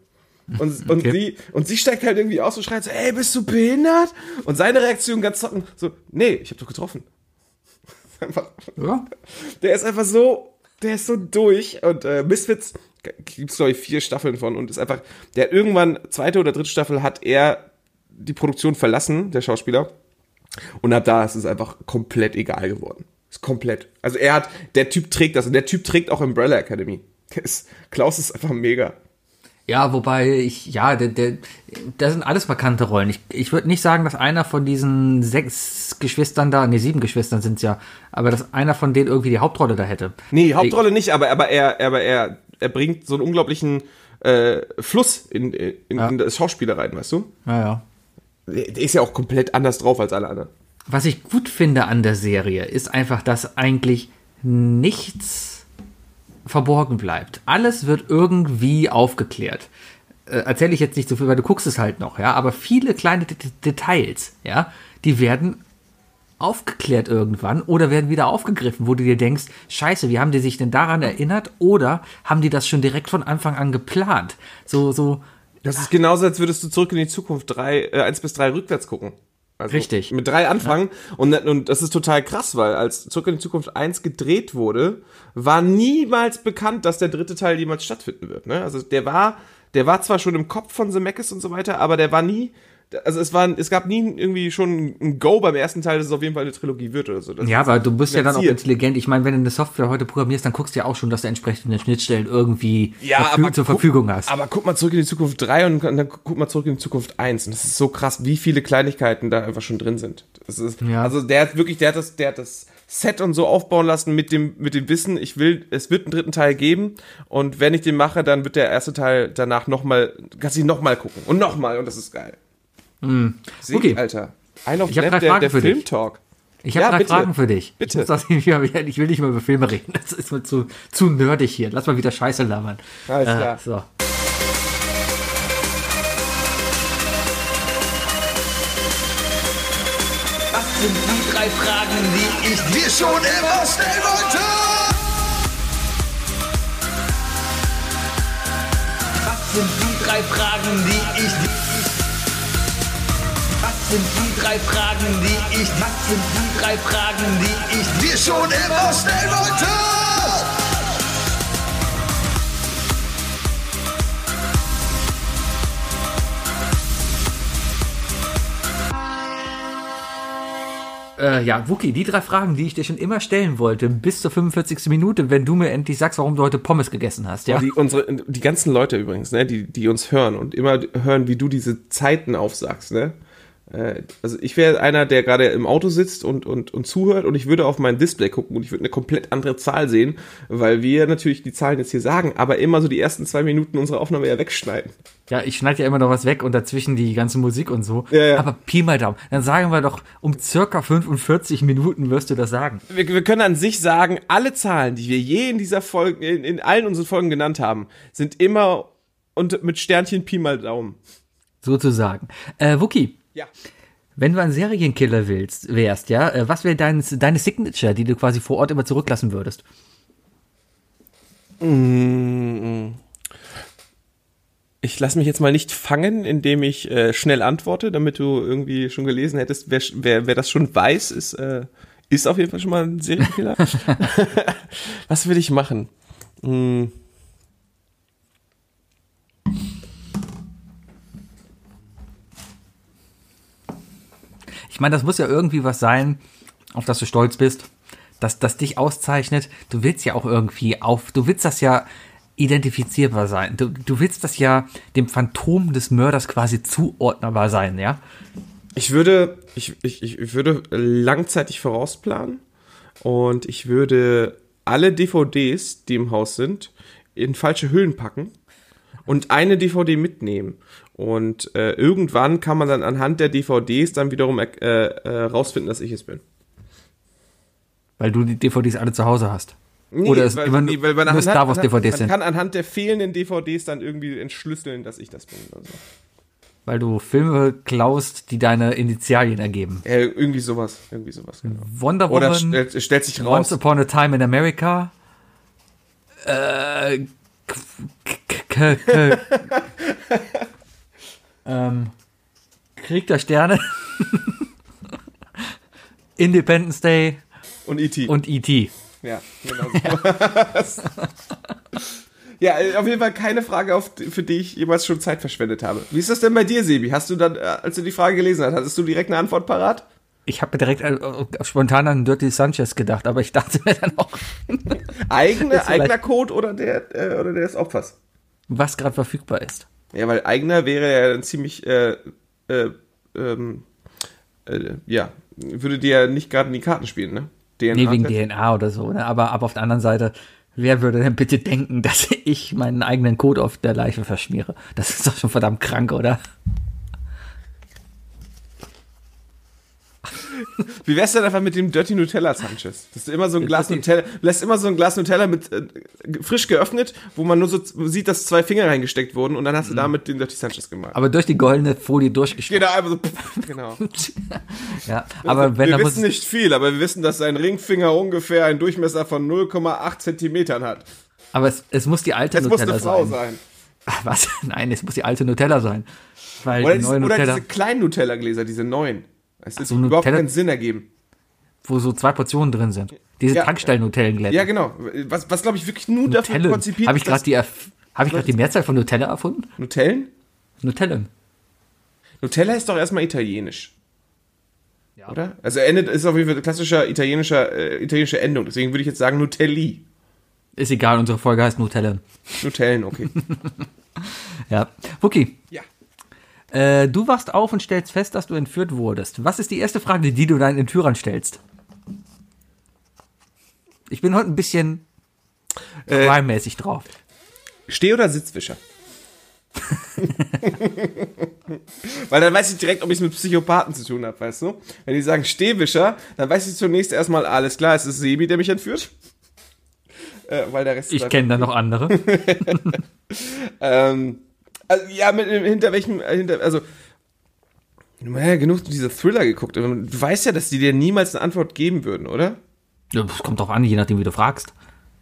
Und sie steigt halt irgendwie aus und schreit so, ey, bist du behindert? Und seine Reaktion ganz trocken, so, nee, ich hab doch getroffen. Einfach, Ja. der ist so durch und Misfits gibt's, glaube ich, 4 Staffeln von und ist einfach, der hat irgendwann, 2. oder 3. Staffel hat er die Produktion verlassen, der Schauspieler, und ab da ist es einfach komplett egal geworden. Ist komplett. Also der Typ trägt das und der Typ trägt auch Umbrella Academy. Klaus ist einfach mega. Ja, wobei das sind alles markante Rollen. Ich würde nicht sagen, dass einer von diesen 6 Geschwistern da, 7 Geschwistern sind's ja, aber dass einer von denen irgendwie die Hauptrolle da hätte. Nee, Hauptrolle nicht, aber er bringt so einen unglaublichen Fluss in das Schauspieler rein, weißt du? Ja. Der ist ja auch komplett anders drauf als alle anderen. Was ich gut finde an der Serie, ist einfach, dass eigentlich nichts verborgen bleibt. Alles wird irgendwie aufgeklärt. Erzähle ich jetzt nicht so viel, weil du guckst es halt noch, ja, aber viele kleine Details, ja, die werden aufgeklärt irgendwann oder werden wieder aufgegriffen, wo du dir denkst, scheiße, wie haben die sich denn daran erinnert oder haben die das schon direkt von Anfang an geplant? So. Das ist genauso, als würdest du zurück in die Zukunft 1 bis 3 rückwärts gucken. Also Richtig. Mit 3 anfangen. Ja. Und das ist total krass, weil als Zurück in die Zukunft 1 gedreht wurde, war niemals bekannt, dass der 3. Teil jemals stattfinden wird. Ne? Also der war zwar schon im Kopf von Zemeckis und so weiter, aber der war nie, also es gab nie irgendwie schon ein Go beim ersten Teil, dass es auf jeden Fall eine Trilogie wird oder so. Das ja, aber du bist ja dann auch intelligent. Ich meine, wenn du eine Software heute programmierst, dann guckst du ja auch schon, dass du entsprechende Schnittstellen irgendwie zur Verfügung hast. Aber guck mal Zurück in die Zukunft 3 und dann guck mal Zurück in die Zukunft 1. Und das ist so krass, wie viele Kleinigkeiten da einfach schon drin sind. Das ist, also der hat das Set und so aufbauen lassen mit dem Wissen, es wird einen 3. Teil geben und wenn ich den mache, dann wird der erste Teil danach kannst du ihn nochmal gucken und das ist geil. Okay. Alter. Ein auf Ich habe 3 der Fragen für dich. Filmtalk. Ich habe 3 Fragen für dich. Bitte. Ich will nicht mehr über Filme reden. Das ist mir zu nerdig hier. Lass mal wieder Scheiße labern. Alles klar. So. Was sind die 3 Fragen, die ich dir schon immer stellen wollte? Was sind die 3 Fragen, die ich dir... Was sind die 3 Fragen, die ich dir schon immer stellen wollte? Wookie, die 3 Fragen, die ich dir schon immer stellen wollte, bis zur 45. Minute, wenn du mir endlich sagst, warum du heute Pommes gegessen hast, ja? Die ganzen Leute übrigens, ne, die uns hören und immer hören, wie du diese Zeiten aufsagst, ne? Also ich wäre einer, der gerade im Auto sitzt und zuhört und ich würde auf mein Display gucken und ich würde eine komplett andere Zahl sehen, weil wir natürlich die Zahlen jetzt hier sagen, aber immer so die ersten 2 Minuten unserer Aufnahme ja wegschneiden. Ja, ich schneide ja immer noch was weg und dazwischen die ganze Musik und so. Ja. Aber Pi mal Daumen. Dann sagen wir doch, um circa 45 Minuten wirst du das sagen. Wir können an sich sagen, alle Zahlen, die wir je in dieser Folge, in allen unseren Folgen genannt haben, sind immer und mit Sternchen Pi mal Daumen. Sozusagen. Wookie. Ja. Wenn du ein Serienkiller wärst, ja, was wäre deine Signature, die du quasi vor Ort immer zurücklassen würdest? Ich lasse mich jetzt mal nicht fangen, indem ich schnell antworte, damit du irgendwie schon gelesen hättest, wer das schon weiß, ist auf jeden Fall schon mal ein Serienkiller. Was will ich machen? Ich meine, das muss ja irgendwie was sein, auf das du stolz bist, dass das dich auszeichnet. Du willst ja auch irgendwie du willst das ja identifizierbar sein. Du willst das ja dem Phantom des Mörders quasi zuordnerbar sein, ja? Ich würde langzeitig vorausplanen und ich würde alle DVDs, die im Haus sind, in falsche Hüllen packen und eine DVD mitnehmen. Und irgendwann kann man dann anhand der DVDs dann wiederum rausfinden, dass ich es bin. Weil du die DVDs alle zu Hause hast. Nee, Oder weil man nur Star Wars DVDs sind. Man kann anhand der fehlenden DVDs dann irgendwie entschlüsseln, dass ich das bin. Also. Weil du Filme klaust, die deine Initialien ergeben. Irgendwie sowas, genau. Wonder Woman. Oder stellt sich raus. Once Upon a Time in America. Krieg der Sterne. Independence Day. Und E.T. Ja, genau so. Ja, auf jeden Fall keine Frage, für die ich jemals schon Zeit verschwendet habe. Wie ist das denn bei dir, Sebi? Hast du dann, als du die Frage gelesen hast, hattest du direkt eine Antwort parat? Ich habe direkt spontan an Dirty Sanchez gedacht, aber ich dachte mir dann auch... Eigener Code oder der des Opfers? Was gerade verfügbar ist. Ja, weil eigener wäre ja dann ziemlich, würde dir ja nicht gerade in die Karten spielen, ne? DNA Nee, wegen DNA oder so, ne? Aber auf der anderen Seite, wer würde denn bitte denken, dass ich meinen eigenen Code auf der Leiche verschmiere? Das ist doch schon verdammt krank, oder? Wie wär's denn einfach mit dem Dirty Nutella Sanchez? Dass du immer so ein Glas Nutella, lässt immer so ein Glas Nutella mit frisch geöffnet, wo man nur so sieht, dass 2 Finger reingesteckt wurden und dann hast du damit den Dirty Sanchez gemacht. Aber durch die goldene Folie durchgeschnitten. Genau, einfach so, genau. Ja, aber wenn wir wissen nicht viel, aber wir wissen, dass sein Ringfinger ungefähr einen Durchmesser von 0,8 Zentimetern hat. Aber es muss die alte Nutella sein. Es muss eine Frau sein. Ach, was? Nein, es muss die alte Nutella sein. Weil Oder, die neue Nutella, diese kleinen Nutella-Gläser, diese neuen. Es ist so überhaupt Nutella- keinen Sinn ergeben. wo so 2 Portionen drin sind. Diese Ja, Tankstellen-Nutellengläser. Ja, genau. Was glaube ich, wirklich nur dafür Nutellen. konzipiert Habe ich ist, gerade die Mehrzahl von Nutella erfunden? Nutellen? Nutellen. Nutella ist doch erstmal italienisch. Ja. Oder? Also ist auf jeden Fall klassische italienische Endung. Deswegen würde ich jetzt sagen Nutelli. Ist egal, unsere Folge heißt Nutellen. Nutellen, okay. Ja. Wookie, Ja. du wachst auf und stellst fest, dass du entführt wurdest. Was ist die erste Frage, die du deinen Entführern stellst? Ich bin heute ein bisschen crime-mäßig drauf. Steh- oder Sitzwischer? Weil dann weiß ich direkt, ob ich es mit Psychopathen zu tun habe, weißt du? Wenn die sagen Stehwischer, dann weiß ich zunächst erstmal, alles klar, es ist Sebi, der mich entführt. Weil der Rest Ich kenne da noch andere. Also, ja, also, du hast ja genug diese Thriller geguckt. Du weißt ja, dass die dir niemals eine Antwort geben würden, oder? Ja, das kommt drauf an, je nachdem, wie du fragst.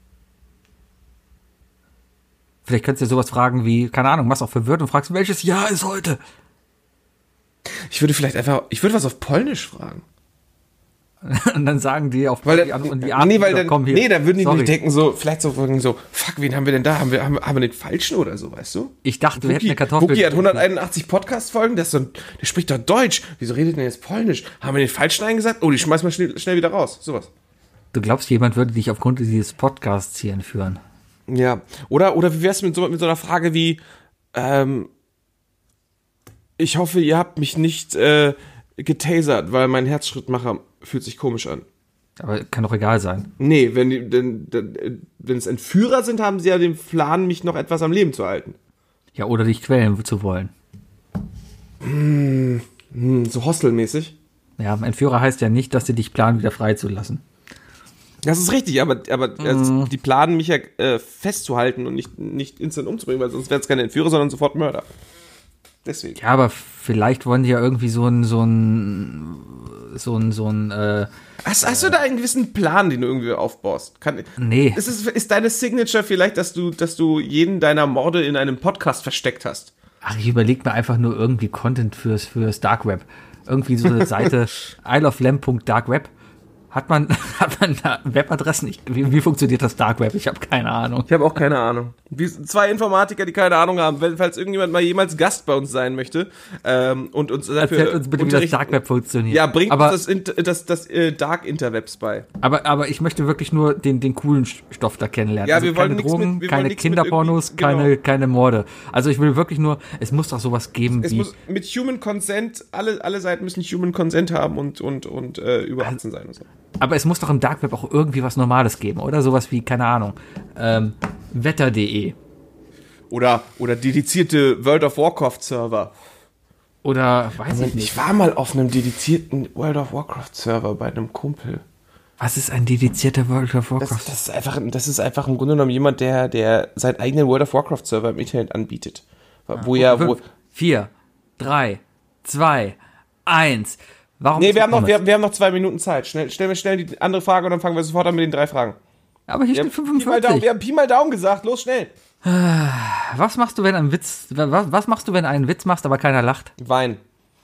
Vielleicht könntest du dir sowas fragen wie, keine Ahnung, machst auch verwirrt und fragst, welches Jahr ist heute? Ich würde was auf Polnisch fragen. Und dann sagen die auf Weil die anderen, die dann würden die Sorry. nicht denken so, vielleicht so, fuck, wen haben wir denn da? Haben wir den Falschen oder so, weißt du? Ich dachte, wir hätten eine Kartoffel. Wookie hat 181 Podcast-Folgen, der spricht doch Deutsch. Wieso redet denn jetzt Polnisch? Haben wir den Falschen eingesagt? Oh, die schmeißen wir schnell wieder raus. Sowas. Du glaubst, jemand würde dich aufgrund dieses Podcasts hier entführen? Ja. Oder wie wär's mit so einer Frage wie, ich hoffe, ihr habt mich nicht getasert, weil mein Herzschrittmacher fühlt sich komisch an. Aber kann doch egal sein. Nee, wenn es Entführer sind, haben sie ja den Plan, mich noch etwas am Leben zu halten. Ja, oder dich quälen zu wollen. So hostelmäßig. Ja, Entführer heißt ja nicht, dass sie dich planen, wieder freizulassen. Das ist richtig, aber die planen mich ja festzuhalten und nicht instant umzubringen, weil sonst wären es keine Entführer, sondern sofort Mörder. Deswegen. Ja, aber vielleicht wollen die ja irgendwie so ein Hast du da einen gewissen Plan, den du irgendwie aufbaust? Nee. Ist deine Signature vielleicht, dass du jeden deiner Morde in einem Podcast versteckt hast? Ach, ich überlege mir einfach nur irgendwie Content fürs Dark Web. Irgendwie so eine Seite isleoflamp.darkweb. Hat man da Webadressen? Wie funktioniert das Dark Web? Ich habe keine Ahnung. Ich habe auch keine Ahnung. Zwei Informatiker, die keine Ahnung haben. Falls irgendjemand mal jemals Gast bei uns sein möchte und uns dafür erzählt uns bitte, wie das Dark Web funktioniert. Ja, bringt uns das Dark Interwebs bei. Aber ich möchte wirklich nur den coolen Stoff da kennenlernen. Ja, also wir wollen keine Drogen, keine Kinderpornos, genau. keine Morde. Also ich will wirklich nur, es muss doch sowas geben es muss mit Human Consent, alle Seiten müssen Human Consent haben und über 18 sein und so. Aber es muss doch im Dark Web auch irgendwie was Normales geben, oder? Sowas wie, keine Ahnung, wetter.de. Oder dedizierte World of Warcraft Server. Oder, weiß ich nicht. Ich war mal auf einem dedizierten World of Warcraft Server bei einem Kumpel. Was ist ein dedizierter World of Warcraft? Das ist einfach im Grunde genommen jemand, der seinen eigenen World of Warcraft Server im Internet anbietet. 4, 3, 2, 1... Warum wir haben noch 2 Minuten Zeit. Stell mir schnell die andere Frage und dann fangen wir sofort an mit den 3 Fragen. Aber hier steht 45. Wir haben Pi mal Daumen gesagt. Los, schnell. Was machst du, wenn ein Witz machst, aber keiner lacht? Wein.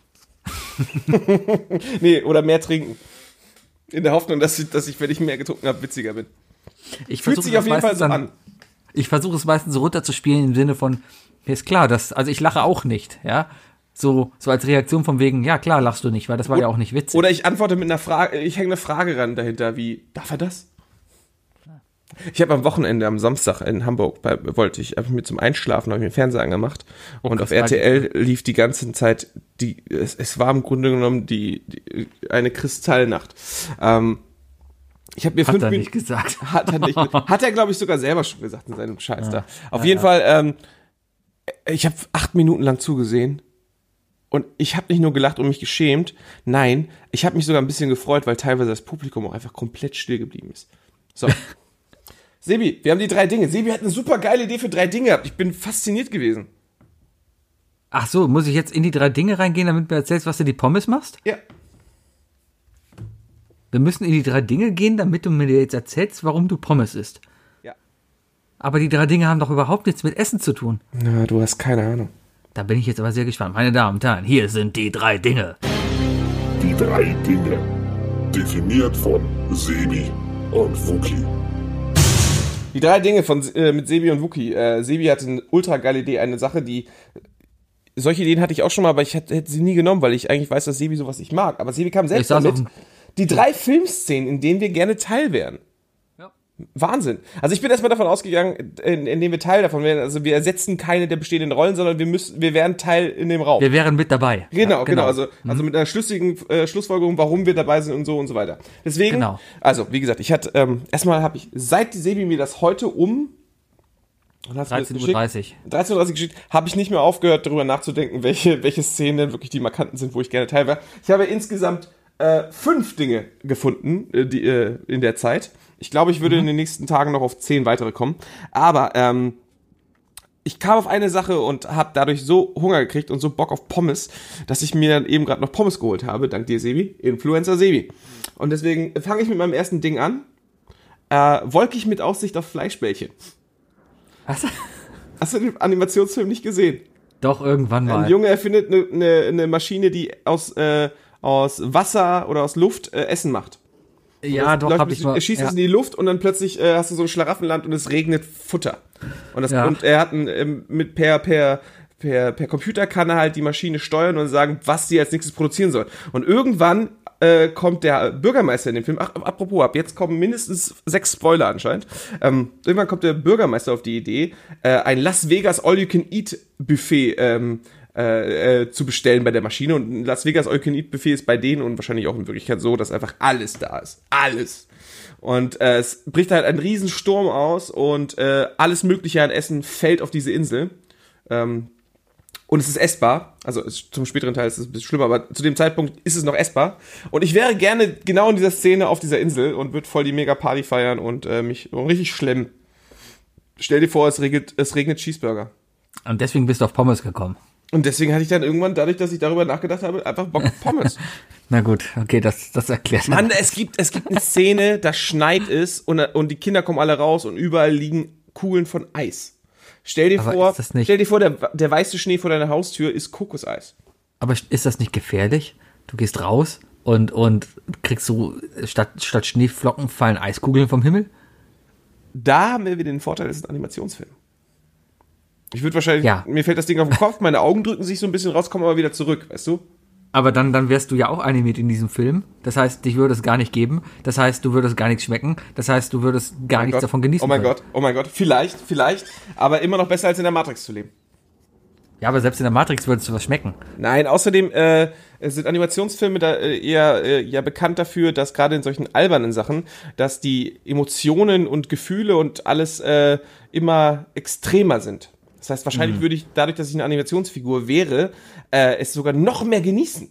Nee, oder mehr trinken. In der Hoffnung, dass ich, wenn ich mehr getrunken habe, witziger bin. Fühlt sich auf jeden Fall so an. Ich versuche es meistens so runterzuspielen im Sinne von, mir ist klar, also ich lache auch nicht, ja. So als Reaktion von wegen, ja klar lachst du nicht, weil das war ja auch nicht witzig. Oder ich antworte mit einer Frage, ich hänge eine Frage ran dahinter, wie, darf er das? Ich habe am Wochenende, am Samstag in Hamburg, wollte ich einfach mir zum Einschlafen, habe ich mir den Fernseher angemacht und auf RTL lief die ganze Zeit, es war im Grunde genommen eine Kristallnacht. Ich habe mir 5 Minuten... Nicht gesagt. Hat er, glaube ich, sogar selber schon gesagt in seinem Scheiß da. Auf jeden Fall, ich habe 8 Minuten lang zugesehen. Und ich habe nicht nur gelacht und mich geschämt, nein, ich habe mich sogar ein bisschen gefreut, weil teilweise das Publikum auch einfach komplett still geblieben ist. So. Sebi, wir haben die 3 Dinge. Sebi hat eine super geile Idee für 3 Dinge gehabt. Ich bin fasziniert gewesen. Ach so, muss ich jetzt in die 3 Dinge reingehen, damit du mir erzählst, was du die Pommes machst? Ja. Wir müssen in die 3 Dinge gehen, damit du mir jetzt erzählst, warum du Pommes isst. Ja. Aber die 3 Dinge haben doch überhaupt nichts mit Essen zu tun. Na, du hast keine Ahnung. Da bin ich jetzt aber sehr gespannt. Meine Damen und Herren, hier sind die 3 Dinge. Die 3 Dinge. Definiert von Sebi und Wookie. Die 3 Dinge mit Sebi und Wookie. Sebi hatte eine ultra geile Idee. Eine Sache, solche Ideen hatte ich auch schon mal, aber ich hätte sie nie genommen, weil ich eigentlich weiß, dass Sebi sowas nicht mag. Aber Sebi kam selbst damit. Die 3 Filmszenen, in denen wir gerne Teil wären. Wahnsinn. Also ich bin erstmal davon ausgegangen, indem wir Teil davon wären. Also wir ersetzen keine der bestehenden Rollen, sondern wir wären Teil in dem Raum. Wir wären mit dabei. Genau. Also mit einer schlüssigen Schlussfolgerung, warum wir dabei sind und so weiter. Deswegen, Also wie gesagt, erstmal habe ich, seit die Sebi mir das heute 13:30 Uhr geschickt, habe ich nicht mehr aufgehört, darüber nachzudenken, welche Szenen denn wirklich die markanten sind, wo ich gerne Teil war. Ich habe insgesamt 5 Dinge gefunden in der Zeit. Ich glaube, ich würde in den nächsten Tagen noch auf 10 weitere kommen. Aber ich kam auf eine Sache und habe dadurch so Hunger gekriegt und so Bock auf Pommes, dass ich mir dann eben gerade noch Pommes geholt habe. Dank dir, Sebi. Influencer Sebi. Und deswegen fange ich mit meinem ersten Ding an. Wolkig mit Aussicht auf Fleischbällchen. Was? Hast du den Animationsfilm nicht gesehen? Doch, irgendwann mal. Ein Junge erfindet eine Maschine, die aus Wasser oder aus Luft Essen macht. Ja, doch, habe ich mal. Er schießt es in die Luft und dann plötzlich hast du so ein Schlaraffenland und es regnet Futter. Und er hat per Computer kann er halt die Maschine steuern und sagen, was sie als nächstes produzieren soll. Und irgendwann kommt der Bürgermeister in dem Film, apropos, ab jetzt kommen mindestens 6 Spoiler anscheinend, irgendwann kommt der Bürgermeister auf die Idee, ein Las Vegas All-You-Can-Eat-Buffet zu bestellen bei der Maschine. Und ein Las Vegas All-You-Can-Eat-Buffet ist bei denen und wahrscheinlich auch in Wirklichkeit so, dass einfach alles da ist. Alles. Und es bricht halt ein Riesensturm aus und alles Mögliche an Essen fällt auf diese Insel. Und es ist essbar. Also zum späteren Teil ist es ein bisschen schlimmer, aber zu dem Zeitpunkt ist es noch essbar. Und ich wäre gerne genau in dieser Szene auf dieser Insel und würde voll die Mega-Party feiern und mich richtig schlemmen. Stell dir vor, es regnet Cheeseburger. Und deswegen bist du auf Pommes gekommen. Und deswegen hatte ich dann irgendwann, dadurch, dass ich darüber nachgedacht habe, einfach Bock auf Pommes. Na gut, okay, das erklärt. Mann, es gibt eine Szene, da schneit es und die Kinder kommen alle raus und überall liegen Kugeln von Eis. Stell dir vor, der weiße Schnee vor deiner Haustür ist Kokoseis. Aber ist das nicht gefährlich? Du gehst raus und kriegst so, statt Schneeflocken fallen Eiskugeln vom Himmel? Da haben wir wieder den Vorteil, es ist ein Animationsfilm. Ich würde wahrscheinlich, mir fällt das Ding auf den Kopf, meine Augen drücken sich so ein bisschen raus, kommen aber wieder zurück, weißt du? Aber dann wärst du ja auch animiert in diesem Film. Das heißt, dich würde es gar nicht geben. Das heißt, du würdest gar nichts schmecken. Das heißt, du würdest gar nichts davon genießen können. Oh mein Gott. Vielleicht. Aber immer noch besser als in der Matrix zu leben. Ja, aber selbst in der Matrix würdest du was schmecken. Nein, außerdem sind Animationsfilme da eher bekannt dafür, dass gerade in solchen albernen Sachen, dass die Emotionen und Gefühle und alles immer extremer sind. Das heißt, wahrscheinlich würde ich, dadurch, dass ich eine Animationsfigur wäre, es sogar noch mehr genießen.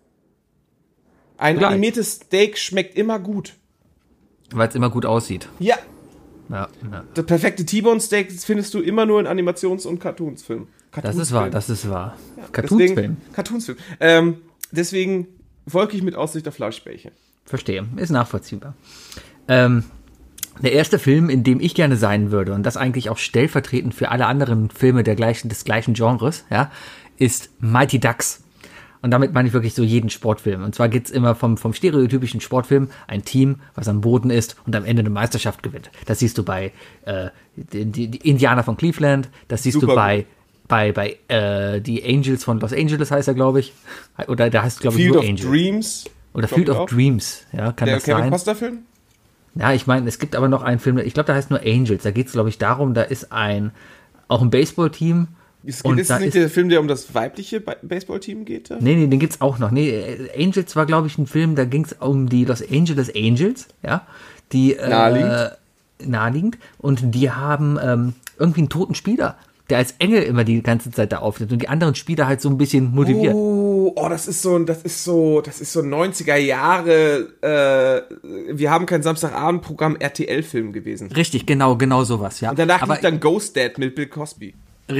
Ein animiertes Steak schmeckt immer gut. Weil es immer gut aussieht. Ja. Ja. Das perfekte T-Bone-Steak findest du immer nur in Animations- und Cartoonsfilmen. Das ist wahr. Ja, Cartoonsfilm. Deswegen wolkig mit Aussicht auf Fleischbällchen. Verstehe. Ist nachvollziehbar. Der erste Film, in dem ich gerne sein würde, und das eigentlich auch stellvertretend für alle anderen Filme des gleichen Genres, ja, ist Mighty Ducks. Und damit meine ich wirklich so jeden Sportfilm. Und zwar geht's immer vom stereotypischen Sportfilm, ein Team, was am Boden ist und am Ende eine Meisterschaft gewinnt. Das siehst du bei die Indianer von Cleveland, das siehst Super du bei die Angels von Los Angeles, heißt er, glaube ich. Oder da heißt, glaube ich, nur Angel. Field of Dreams. Oder Field of Dreams, ja, kann das sein. Der Kevin Costner-Film? Ja, ich meine, es gibt aber noch einen Film, ich glaube, der heißt nur Angels. Da geht es, glaube ich, darum, da ist auch ein Baseballteam. Ist das nicht der Film, der um das weibliche Baseballteam geht? Nee, den gibt's auch noch. Nee, Angels war, glaube ich, ein Film, da ging es um die Los Angeles Angels, ja. Die naheliegend. Und die haben irgendwie einen toten Spieler, der als Engel immer die ganze Zeit da auftritt und die anderen Spieler halt so ein bisschen motiviert. Das ist so 90er Jahre, wir haben kein Samstagabendprogramm RTL-Film gewesen. Richtig, genau sowas, ja. Und danach liegt dann Ghost Dad mit Bill Cosby.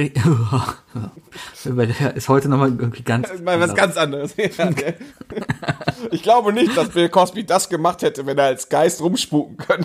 Ist heute nochmal irgendwie was ganz anderes. Ich glaube nicht, dass Bill Cosby das gemacht hätte, wenn er als Geist rumspuken könnte.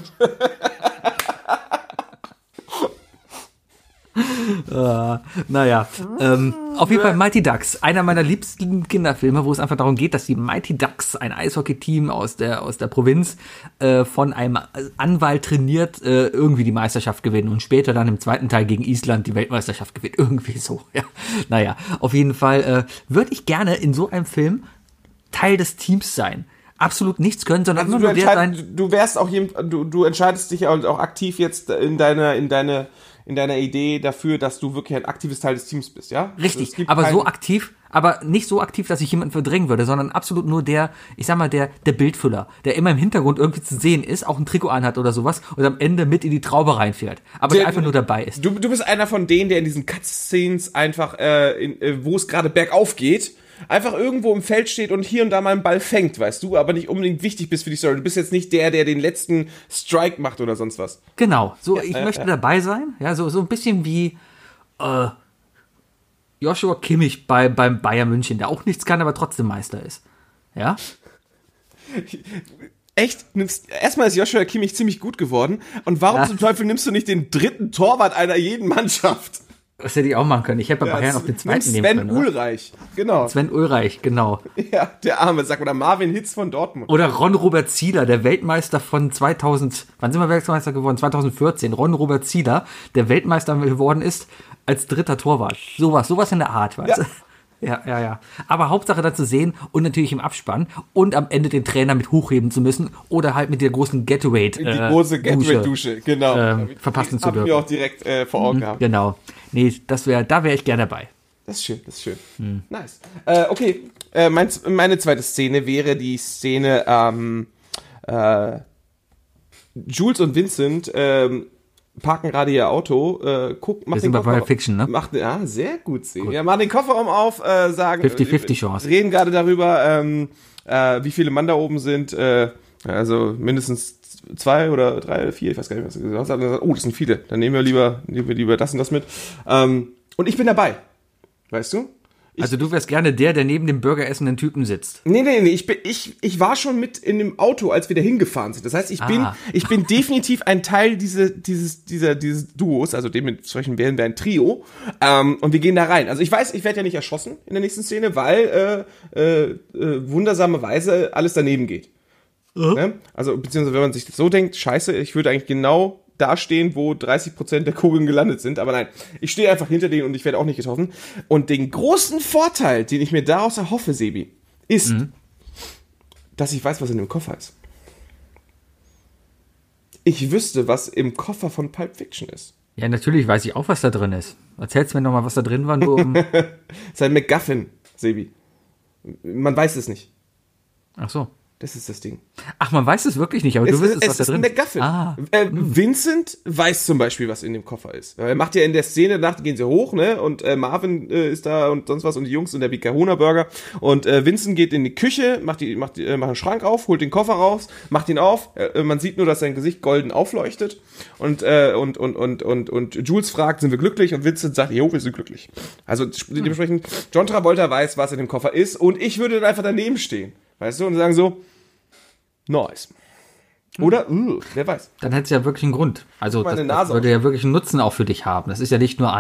Auf jeden Fall Mighty Ducks, einer meiner liebsten Kinderfilme, wo es einfach darum geht, dass die Mighty Ducks, ein Eishockey-Team aus der Provinz, von einem Anwalt trainiert, irgendwie die Meisterschaft gewinnen und später dann im zweiten Teil gegen Island die Weltmeisterschaft gewinnen. Irgendwie so, ja. Naja, auf jeden Fall würde ich gerne in so einem Film Teil des Teams sein. Absolut nichts können, sondern also nur der sein. Du wärst auch du entscheidest dich auch aktiv jetzt in deiner Idee dafür, dass du wirklich ein aktives Teil des Teams bist, ja? Richtig, aber nicht so aktiv, dass ich jemanden verdrängen würde, sondern absolut nur der Bildfüller, der immer im Hintergrund irgendwie zu sehen ist, auch ein Trikot anhat oder sowas und am Ende mit in die Traube reinfährt, aber der einfach nur dabei ist. Du bist einer von denen, der in diesen Cutscenes einfach, wo es gerade bergauf geht, einfach irgendwo im Feld steht und hier und da mal einen Ball fängt, weißt du, aber nicht unbedingt wichtig bist für die Story. Du bist jetzt nicht der den letzten Strike macht oder sonst was. Genau, so ich möchte dabei sein, ja, so ein bisschen wie Joshua Kimmich beim Bayern München, der auch nichts kann, aber trotzdem Meister ist. Ja? Echt? Erstmal ist Joshua Kimmich ziemlich gut geworden und warum zum Teufel nimmst du nicht den dritten Torwart einer jeden Mannschaft? Das hätte ich auch machen können. Ich hätte bei Bayern auf den zweiten nehmen können. Sven Ulreich, genau. Sven Ulreich, genau. Ja, der Arme, oder Marvin Hitz von Dortmund. Oder Ron-Robert Zieler, der Weltmeister von 2000, wann sind wir Weltmeister geworden? 2014. Ron-Robert Zieler, der Weltmeister geworden ist als dritter Torwart. Sowas in der Art, weißt du? Ja. Aber Hauptsache da zu sehen und natürlich im Abspann und am Ende den Trainer mit hochheben zu müssen oder halt mit der großen Gatorade die große Gatorade-Dusche, genau. Verpassen zu dürfen. Haben wir auch direkt vor Augen gehabt. Genau. Nee, da wäre ich gerne dabei. Das ist schön, das ist schön. Nice. Okay, meine zweite Szene wäre die Szene, Jules und Vincent parken gerade ihr Auto, Wir sind bei Pulp Fiction, ne? Sehr gut sehen. Ja, machen den Kofferraum auf, sagen 50-50 Chance. Reden gerade darüber, wie viele Mann da oben sind, also mindestens 2 oder 3 oder 4, ich weiß gar nicht, was sie gesagt haben. Oh, das sind viele, dann nehmen wir lieber das und das mit. Und ich bin dabei, weißt du? Also du wärst gerne der neben dem Burger essenden Typen sitzt. Nee, ich war schon mit in dem Auto, als wir da hingefahren sind. Das heißt, ich bin definitiv ein Teil dieses Duos, also dementsprechend wären wir ein Trio. Und wir gehen da rein. Also ich weiß, ich werde ja nicht erschossen in der nächsten Szene, weil wundersamerweise alles daneben geht. Ne? Also, beziehungsweise wenn man sich das so denkt, scheiße, ich würde eigentlich genau da stehen, wo 30% der Kugeln gelandet sind. Aber nein, ich stehe einfach hinter denen und ich werde auch nicht getroffen. Und den großen Vorteil, den ich mir daraus erhoffe, Sebi, ist, dass ich weiß, was in dem Koffer ist. Ich wüsste, was im Koffer von Pulp Fiction ist. Ja, natürlich weiß ich auch, was da drin ist. Erzählst du mir nochmal, was da drin war? Es ist ein MacGuffin, Sebi. Man weiß es nicht. Ach so. Das ist das Ding. Ach, man weiß es wirklich nicht, aber du wüsstest, was da drin ist. Es ist ein MacGuffin. Vincent weiß zum Beispiel, was in dem Koffer ist. Er macht ja in der Szene, danach gehen sie hoch, ne? Und Marvin ist da und sonst was und die Jungs und der Bicahuna Burger. Und Vincent geht in die Küche, macht einen Schrank auf, holt den Koffer raus, macht ihn auf. Man sieht nur, dass sein Gesicht golden aufleuchtet. Und Jules fragt, sind wir glücklich? Und Vincent sagt, jo, wir sind glücklich. Also dementsprechend, John Travolta weiß, was in dem Koffer ist. Und ich würde dann einfach daneben stehen. Weißt du, und sagen so, nice. Oder, wer weiß. Dann hätte es ja wirklich einen Grund. Also das würde ja wirklich einen Nutzen auch für dich haben. Das ist ja nicht nur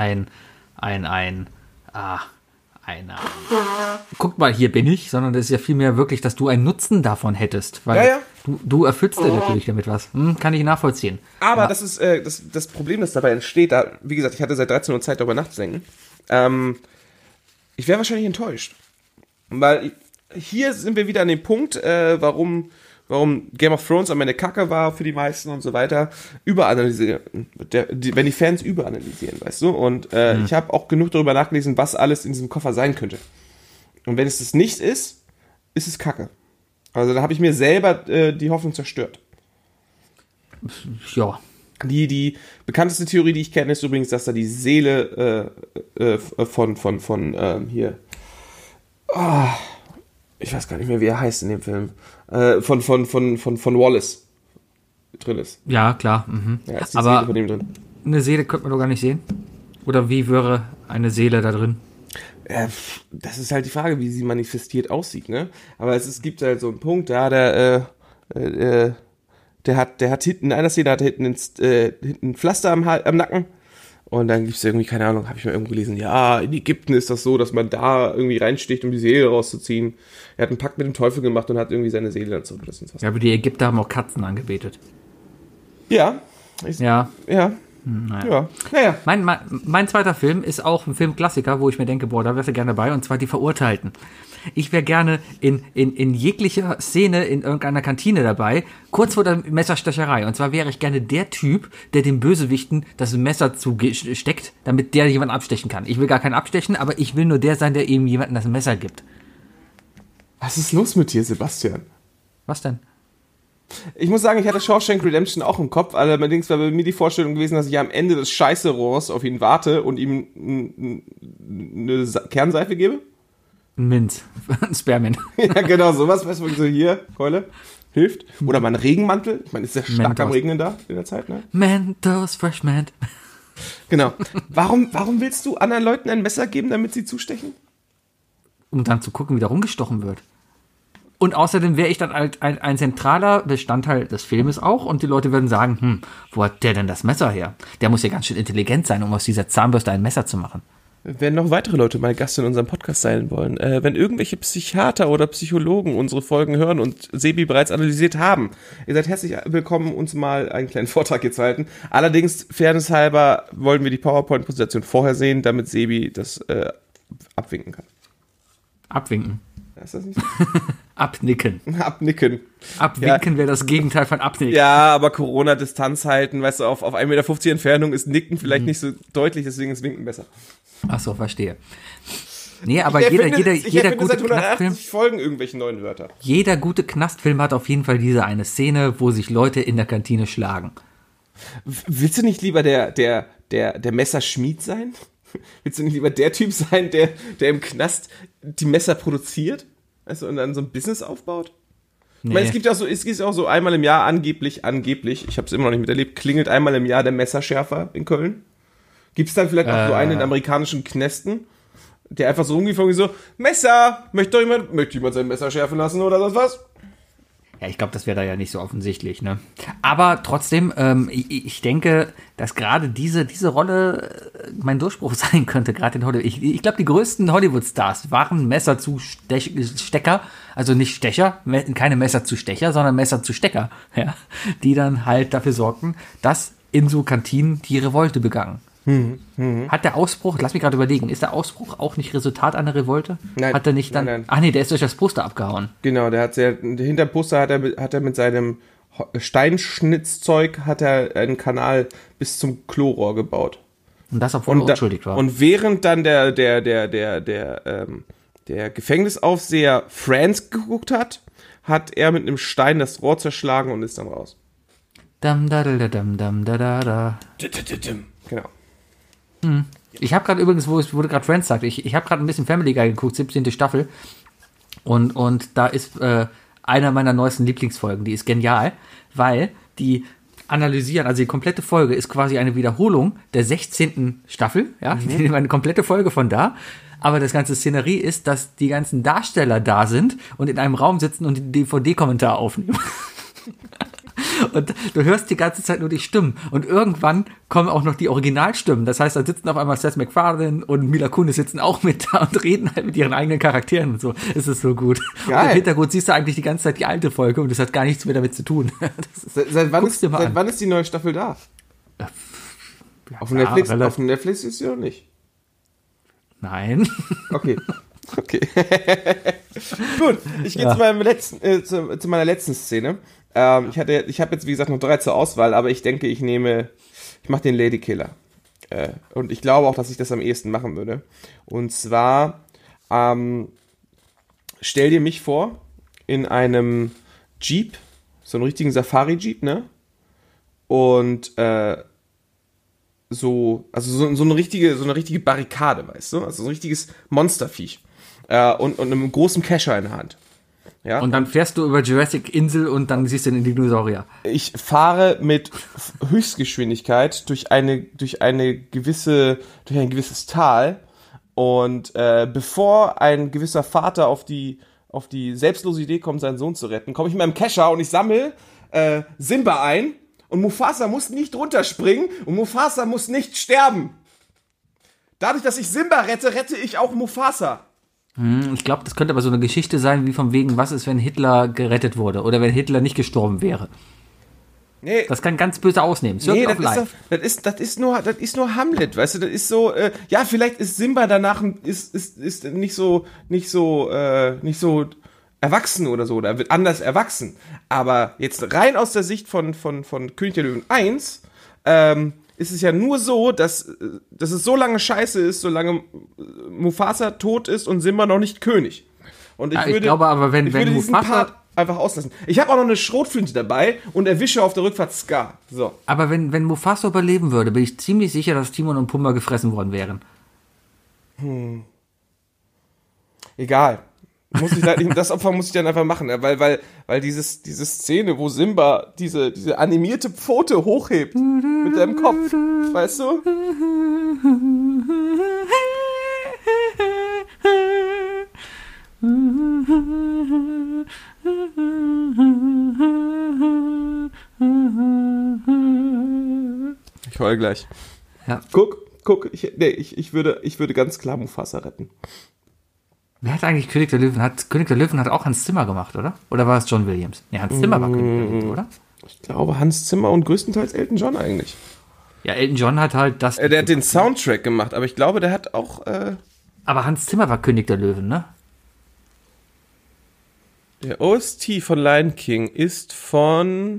guck mal, hier bin ich, sondern das ist ja vielmehr wirklich, dass du einen Nutzen davon hättest. Weil du erfüllst dir natürlich damit was. Kann ich nachvollziehen. Aber das ist das Problem, das dabei entsteht. Da, wie gesagt, ich hatte seit 13 Uhr Zeit, darüber nachzudenken. Ich wäre wahrscheinlich enttäuscht. Weil hier sind wir wieder an dem Punkt, warum Game of Thrones am Ende Kacke war für die meisten und so weiter, überanalysieren. Wenn die Fans überanalysieren, weißt du? Und ich habe auch genug darüber nachgelesen, was alles in diesem Koffer sein könnte. Und wenn es das nicht ist, ist es Kacke. Also da habe ich mir selber die Hoffnung zerstört. Ja. Die bekannteste Theorie, die ich kenne, ist übrigens, dass da die Seele von hier... ich weiß gar nicht mehr, wie er heißt in dem Film, von Wallace drin ist. Ja, klar. Ja, ist die aber Seele von ihm drin. Eine Seele könnte man doch gar nicht sehen. Oder wie wäre eine Seele da drin? Das ist halt die Frage, wie sie manifestiert aussieht, ne? Aber es gibt halt so einen Punkt, da der hat hinten, in einer Szene hat er hinten ein Pflaster am Nacken. Und dann gibt es irgendwie, keine Ahnung, habe ich mal irgendwo gelesen, ja, in Ägypten ist das so, dass man da irgendwie reinsticht, um die Seele rauszuziehen. Er hat einen Pakt mit dem Teufel gemacht und hat irgendwie seine Seele dann zurückgelassen. Ja, aber die Ägypter haben auch Katzen angebetet. Ja. Ja. Naja. Mein zweiter Film ist auch ein Filmklassiker, wo ich mir denke, boah, da wärst du gerne dabei, und zwar Die Verurteilten. Ich wäre gerne in jeglicher Szene in irgendeiner Kantine dabei, kurz vor der Messerstecherei. Und zwar wäre ich gerne der Typ, der dem Bösewichten das Messer zusteckt, damit der jemanden abstechen kann. Ich will gar keinen abstechen, aber ich will nur der sein, der eben jemandem das Messer gibt. Was ist los mit dir, Sebastian? Was denn? Ich muss sagen, ich hatte Shawshank Redemption auch im Kopf, allerdings war bei mir die Vorstellung gewesen, dass ich am Ende des Scheiße-Rohrs auf ihn warte und ihm eine Kernseife gebe. Ein Minz. Ein Spearmint. Ja, genau, sowas, weißt du, so hier, Keule, hilft. Oder mal ein Regenmantel. Ich meine, ist sehr stark Mentos. am Regnen da in der Zeit, ne? Mentos Fresh Mint. Genau. Warum willst du anderen Leuten ein Messer geben, damit sie zustechen? Um dann zu gucken, wie da rumgestochen wird. Und außerdem wäre ich dann halt ein zentraler Bestandteil des Filmes auch, und die Leute würden sagen, wo hat der denn das Messer her? Der muss ja ganz schön intelligent sein, um aus dieser Zahnbürste ein Messer zu machen. Wenn noch weitere Leute mal Gast in unserem Podcast sein wollen, wenn irgendwelche Psychiater oder Psychologen unsere Folgen hören und Sebi bereits analysiert haben, ihr seid herzlich willkommen, uns mal einen kleinen Vortrag hier zu halten. Allerdings, fairnesshalber, wollen wir die PowerPoint-Präsentation vorher sehen, damit Sebi das abwinken kann. Abwinken? Ist das nicht so? Abnicken. Abnicken. Abwinken wäre das Gegenteil von abnicken. Ja, aber Corona-Distanz halten, weißt du, auf 1,50 Meter Entfernung ist Nicken vielleicht nicht so deutlich, deswegen ist Winken besser. Ach so, verstehe. Nee, aber jeder gute seit 180 Knastfilm, Folgen irgendwelche neuen Wörter. jeder gute Knastfilm hat auf jeden Fall diese eine Szene, wo sich Leute in der Kantine schlagen. Willst du nicht lieber der Messerschmied sein? Willst du nicht lieber der Typ sein, der im Knast die Messer produziert? Also und dann so ein Business aufbaut? Nee. Ich meine, es gibt auch so einmal im Jahr angeblich, ich habe es immer noch nicht miterlebt, klingelt einmal im Jahr der Messerschärfer in Köln. Gibt es dann vielleicht auch so einen in amerikanischen Knästen, der einfach so rumgefangen so, Messer, möchte jemand sein Messer schärfen lassen oder sonst was? Ja, ich glaube, das wäre da ja nicht so offensichtlich, ne? Aber trotzdem, ich denke, dass gerade diese Rolle mein Durchbruch sein könnte, gerade in Hollywood. Ich glaube, die größten Hollywood-Stars waren Messer-zu-Stecker, also nicht Stecher, keine Messer-zu-Stecher, sondern Messer-zu-Stecker, ja, die dann halt dafür sorgten, dass in so Kantinen die Revolte begangen. Hat der Ausbruch, lass mich gerade überlegen, ist der Ausbruch auch nicht Resultat einer Revolte? Nein. Hat er nicht dann, Nein. ach nee, der ist durch das Poster abgehauen. Genau, hinterm Poster hat er mit seinem Steinschnitzzeug hat er einen Kanal bis zum Klorohr gebaut. Und das, obwohl er unschuldig war. Und während dann der Gefängnisaufseher Franz geguckt hat, hat er mit einem Stein das Rohr zerschlagen und ist dann raus. Dam, da, da, dam, dam, da, da, da. Genau. Ich habe gerade übrigens, wo du gerade Friends sagst, ich habe gerade ein bisschen Family Guy geguckt, 17. Staffel. Und da ist einer meiner neuesten Lieblingsfolgen, die ist genial, weil die analysieren, also die komplette Folge ist quasi eine Wiederholung der 16. Staffel, ja, die nehmen eine komplette Folge von da, aber das ganze Szenerie ist, dass die ganzen Darsteller da sind und in einem Raum sitzen und den DVD-Kommentar aufnehmen. Und du hörst die ganze Zeit nur die Stimmen. Und irgendwann kommen auch noch die Originalstimmen. Das heißt, da sitzen auf einmal Seth MacFarlane und Mila Kunis sitzen auch mit da und reden halt mit ihren eigenen Charakteren und so. Es ist so gut. Geil. Und im Hintergrund siehst du eigentlich die ganze Zeit die alte Folge und das hat gar nichts mehr damit zu tun. Seit wann ist die neue Staffel da? Ja, Auf Netflix ist sie noch nicht. Nein. Okay. Gut, ich gehe zu meiner letzten Szene. Ich habe jetzt, wie gesagt, noch 3 zur Auswahl, aber ich denke, ich mache den Ladykiller. Und ich glaube auch, dass ich das am ehesten machen würde. Und zwar, stell dir mich vor, in einem Jeep, so einen richtigen Safari-Jeep, ne? Und so eine richtige Barrikade, weißt du? Also so ein richtiges Monsterviech. Und einem großen Kescher in der Hand. Ja? Und dann fährst du über Jurassic Insel und dann siehst du den Dinosaurier. Ich fahre mit Höchstgeschwindigkeit durch ein gewisses Tal und bevor ein gewisser Vater auf die selbstlose Idee kommt, seinen Sohn zu retten, komme ich mit meinem Kescher und ich sammle Simba ein und Mufasa muss nicht runterspringen und Mufasa muss nicht sterben. Dadurch, dass ich Simba rette ich auch Mufasa. Ich glaube, das könnte aber so eine Geschichte sein, wie von wegen, was ist, wenn Hitler gerettet wurde oder wenn Hitler nicht gestorben wäre. Nee. Das kann ganz böse ausnehmen. Das ist nur Hamlet, weißt du, das ist so, ja, vielleicht ist Simba danach ist nicht so erwachsen oder so, oder wird anders erwachsen. Aber jetzt rein aus der Sicht von König der Löwen 1, ist es ja nur so, dass es so lange scheiße ist, solange Mufasa tot ist und Simba noch nicht König. Und ich glaube aber, wenn diesen Mufasa Part einfach auslassen. Ich habe auch noch eine Schrotflinte dabei und erwische auf der Rückfahrt Scar. So. Aber wenn Mufasa überleben würde, bin ich ziemlich sicher, dass Timon und Pumba gefressen worden wären. Egal. Das Opfer muss ich dann einfach machen, weil diese Szene, wo Simba diese animierte Pfote hochhebt mit seinem Kopf, weißt du? Ich heule gleich. Ja. Guck, ich würde ganz klar Mufasa retten. Wer hat eigentlich König der Löwen? König der Löwen hat auch Hans Zimmer gemacht, oder? Oder war es John Williams? Nee, Hans Zimmer war König der Löwen, oder? Ich glaube Hans Zimmer und größtenteils Elton John eigentlich. Ja, Elton John hat halt das... Der hat den Soundtrack gemacht, aber ich glaube, der hat auch... Aber Hans Zimmer war König der Löwen, ne? Der OST von Lion King ist von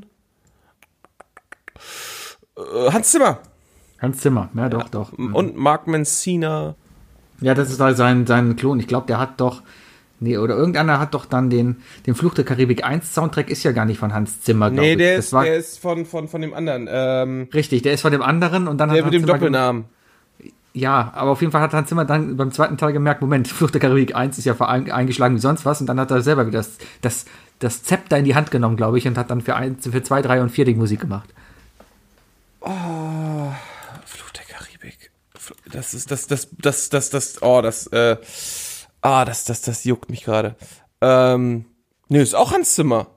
Hans Zimmer. Hans Zimmer, ja, doch. Und Mark Mancina. Ja, das ist halt sein Klon. Ich glaube, der hat doch, oder irgendeiner hat doch dann den Fluch der Karibik 1 Soundtrack ist ja gar nicht von Hans Zimmer, glaube ich. Der ist von dem anderen. Richtig, der ist von dem anderen und dann der hat mit dem Doppelnamen. Ja, aber auf jeden Fall hat Hans Zimmer dann beim zweiten Teil gemerkt, Moment, Fluch der Karibik 1 ist ja eingeschlagen wie sonst was und dann hat er selber wieder das Zepter in die Hand genommen, glaube ich, und hat dann für 2, 3 und 4 die Musik gemacht. Oh, Fluch der Karibik. Das juckt mich gerade. Ist auch Hans Zimmer.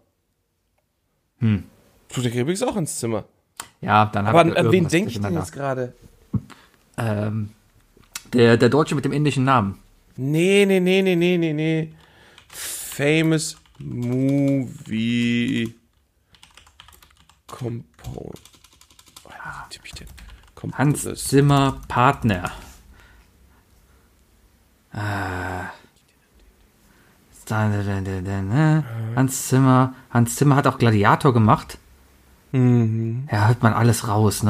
Fluch der Karibik ist auch Hans Zimmer. Ja, dann aber an wen denke ich denn jetzt gerade? Der Deutsche mit dem indischen Namen. Nee. Famous Movie Composer. Hans Zimmer Partner. Hans Zimmer hat auch Gladiator gemacht. Ja, hört man alles raus,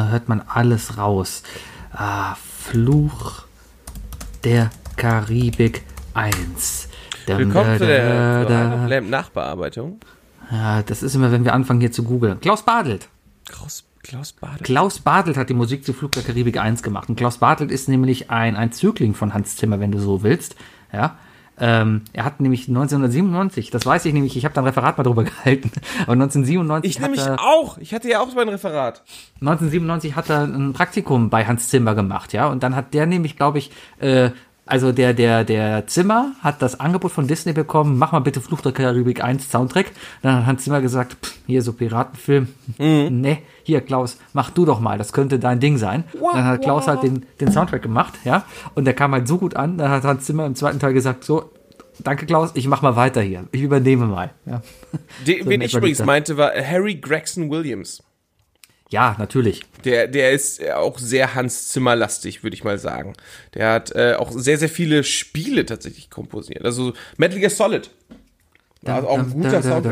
Fluch der Karibik 1. Willkommen zu der Nachbearbeitung. Ja, das ist immer, wenn wir anfangen hier zu googeln. Klaus Badelt. Klaus Badelt hat die Musik zu Fluch der Karibik 1 gemacht. Und Klaus Badelt ist nämlich ein Zögling von Hans Zimmer, wenn du so willst. Ja. Er hat nämlich 1997, das weiß ich nämlich, ich habe da ein Referat mal drüber gehalten, aber 1997 ich hatte ja auch so ein Referat. 1997 hat er ein Praktikum bei Hans Zimmer gemacht, ja, und dann hat der nämlich, glaube ich, also der Zimmer hat das Angebot von Disney bekommen, mach mal bitte Fluch der Karibik 1 Soundtrack. Dann hat Hans Zimmer gesagt, hier so Piratenfilm, ne, hier Klaus, mach du doch mal, das könnte dein Ding sein. Dann hat Klaus halt den Soundtrack gemacht, ja, und der kam halt so gut an, dann hat Hans Zimmer im zweiten Teil gesagt, so, danke Klaus, ich mach mal weiter hier, ich übernehme mal. Ja. Wen ich übrigens meinte, war Harry Gregson Williams. Ja, natürlich. Der ist auch sehr Hans Zimmer-lastig, würde ich mal sagen. Der hat auch sehr, sehr viele Spiele tatsächlich komponiert. Also Metal Gear Solid. War auch ein guter Soundtrack.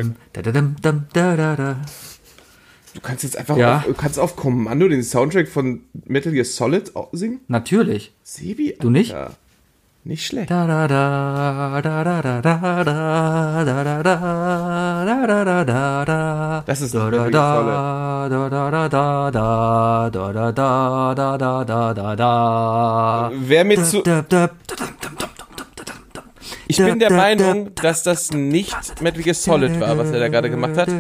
Du kannst jetzt einfach auf Kommando den Soundtrack von Metal Gear Solid singen? Natürlich. Sebi? Du nicht? Ja. Nicht schlecht. Das ist Metal Gear Solid. Wer mir zu... Ich bin der Meinung, dass das nicht Metal Gear Solid war, was er da gerade gemacht hat.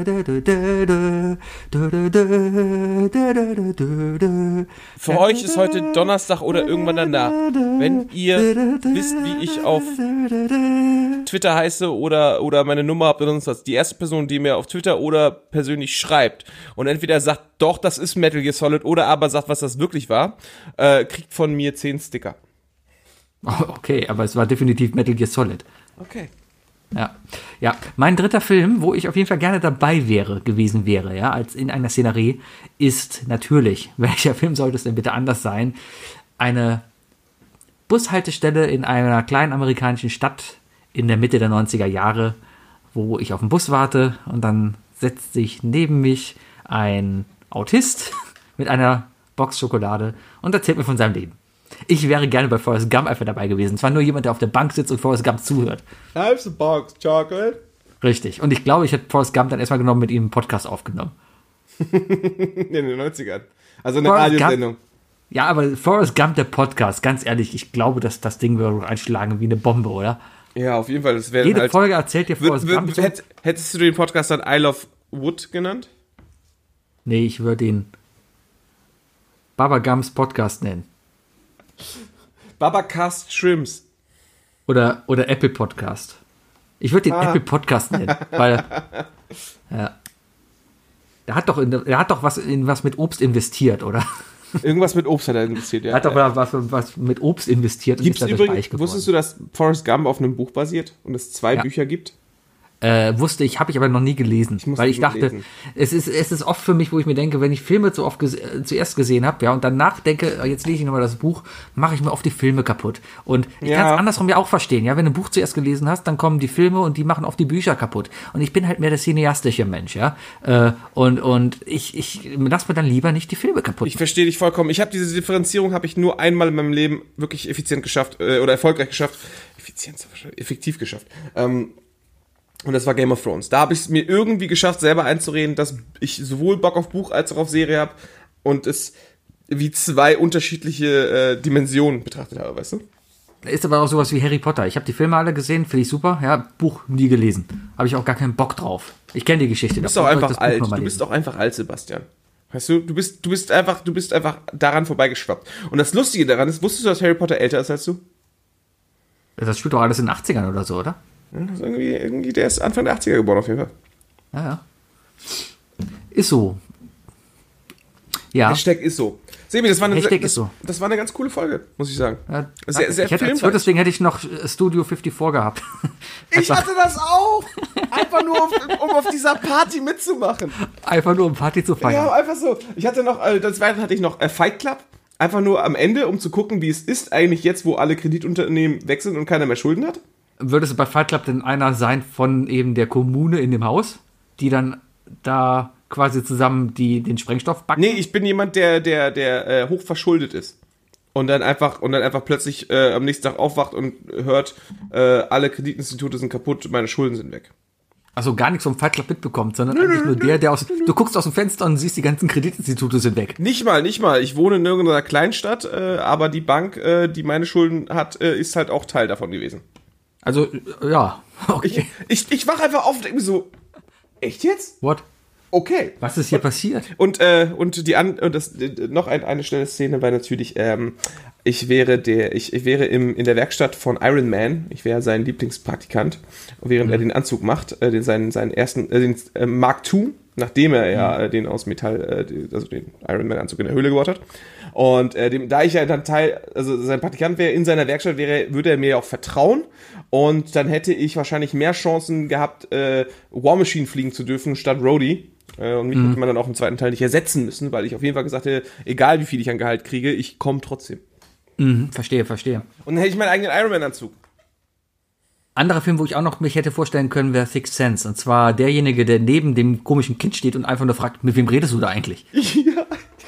Für euch ist heute Donnerstag oder irgendwann danach. Wenn ihr wisst, wie ich auf Twitter heiße oder meine Nummer habt oder sonst was, die erste Person, die mir auf Twitter oder persönlich schreibt und entweder sagt, doch, das ist Metal Gear Solid, oder aber sagt, was das wirklich war, kriegt von mir 10 Sticker. Okay, aber es war definitiv Metal Gear Solid. Okay. Ja, mein dritter Film, wo ich auf jeden Fall gerne dabei gewesen wäre, ja, als in einer Szenerie, ist natürlich, welcher Film sollte es denn bitte anders sein, eine Bushaltestelle in einer kleinen amerikanischen Stadt in der Mitte der 90er Jahre, wo ich auf den Bus warte und dann setzt sich neben mich ein Autist mit einer Box Schokolade und erzählt mir von seinem Leben. Ich wäre gerne bei Forrest Gump einfach dabei gewesen. Zwar nur jemand, der auf der Bank sitzt und Forrest Gump zuhört. Have a box chocolate. Richtig. Und ich glaube, ich hätte Forrest Gump dann erstmal genommen, mit ihm einen Podcast aufgenommen. In den 90ern. Also eine Radiosendung. Ja, aber Forrest Gump, der Podcast, ganz ehrlich, ich glaube, dass das Ding würde einschlagen wie eine Bombe, oder? Ja, auf jeden Fall. Das Jede halt, Folge erzählt dir Forrest Gump. Hättest du den Podcast dann I Love Wood genannt? Nee, ich würde ihn Baba Gumps Podcast nennen. Babacast Shrimps. Oder Apple Podcast. Ich würde den Apple Podcast nennen, weil ja. Er hat doch was in was mit Obst investiert, oder? Irgendwas mit Obst hat er investiert, ja. Er hat doch was mit Obst investiert. Gibt's und ist übrigens, wusstest du, dass Forrest Gump auf einem Buch basiert und es 2 Bücher gibt? Wusste ich, habe ich aber noch nie gelesen. Weil ich dachte, es ist oft für mich, wo ich mir denke, wenn ich Filme zu oft zuerst gesehen habe, ja, und danach denke, jetzt lese ich nochmal das Buch, mache ich mir oft die Filme kaputt. Und ich kann es andersrum ja auch verstehen, ja, wenn du ein Buch zuerst gelesen hast, dann kommen die Filme und die machen oft die Bücher kaputt. Und ich bin halt mehr der cineastische Mensch, ja. Und ich lass mir dann lieber nicht die Filme kaputt. Ich verstehe dich vollkommen. Ich habe diese Differenzierung nur einmal in meinem Leben wirklich effizient geschafft, oder erfolgreich geschafft. Effektiv geschafft. Und das war Game of Thrones. Da habe ich es mir irgendwie geschafft, selber einzureden, dass ich sowohl Bock auf Buch als auch auf Serie habe und es wie zwei unterschiedliche Dimensionen betrachtet habe, weißt du? Da ist aber auch sowas wie Harry Potter. Ich habe die Filme alle gesehen, finde ich super. Ja, Buch nie gelesen. Habe ich auch gar keinen Bock drauf. Ich kenne die Geschichte. Du bist auch einfach alt. Du bist auch einfach alt, Sebastian. Weißt du, du bist einfach daran vorbeigeschwappt. Und das Lustige daran ist, wusstest du, dass Harry Potter älter ist als du? Das spielt doch alles in den 80ern oder so, oder? Also irgendwie, der ist Anfang der 80er geboren auf jeden Fall. Ja. Ist so. Ja. Hashtag ist so. Sebi, das war eine ganz coole Folge, muss ich sagen. Ja, deswegen hätte ich noch Studio 54 gehabt. Ich hatte das auch! Einfach nur, um auf dieser Party mitzumachen. Einfach nur, um Party zu feiern. Ja, einfach so. Ich hatte noch, hatte ich noch Fight Club. Einfach nur am Ende, um zu gucken, wie es ist eigentlich jetzt, wo alle Kreditunternehmen weg sind und keiner mehr Schulden hat. Würde es bei Fight Club denn einer sein von eben der Kommune in dem Haus, die dann da quasi zusammen den Sprengstoff backen? Nee, ich bin jemand, der hoch verschuldet ist. Und dann einfach plötzlich am nächsten Tag aufwacht und hört, alle Kreditinstitute sind kaputt, meine Schulden sind weg. Also gar nichts vom Fight Club mitbekommt, sondern eigentlich nur du guckst aus dem Fenster und siehst, die ganzen Kreditinstitute sind weg. Nicht mal. Ich wohne in irgendeiner Kleinstadt, aber die Bank, die meine Schulden hat, ist halt auch Teil davon gewesen. Also, ja, okay. Ich wach einfach auf und denke mir so, echt jetzt? What? Okay. Was ist hier passiert? Und noch eine schnelle Szene war natürlich, ich wäre in der Werkstatt von Iron Man, ich wäre sein Lieblingspraktikant, während er den Anzug macht, seinen ersten, den Mark II, nachdem er ja den aus Metall, also den Iron Man Anzug in der Höhle gebaut hat. Und da ich ja dann sein Praktikant wäre in seiner Werkstatt, würde er mir ja auch vertrauen. Und dann hätte ich wahrscheinlich mehr Chancen gehabt, War Machine fliegen zu dürfen statt Rhodey. Und mich hätte man dann auch im zweiten Teil nicht ersetzen müssen, weil ich auf jeden Fall gesagt hätte, egal wie viel ich an Gehalt kriege, ich komme trotzdem. Verstehe. Und dann hätte ich meinen eigenen Iron Man Anzug. Anderer Film, wo ich auch noch mich hätte vorstellen können, wäre Sixth Sense. Und zwar derjenige, der neben dem komischen Kind steht und einfach nur fragt, mit wem redest du da eigentlich? Ja,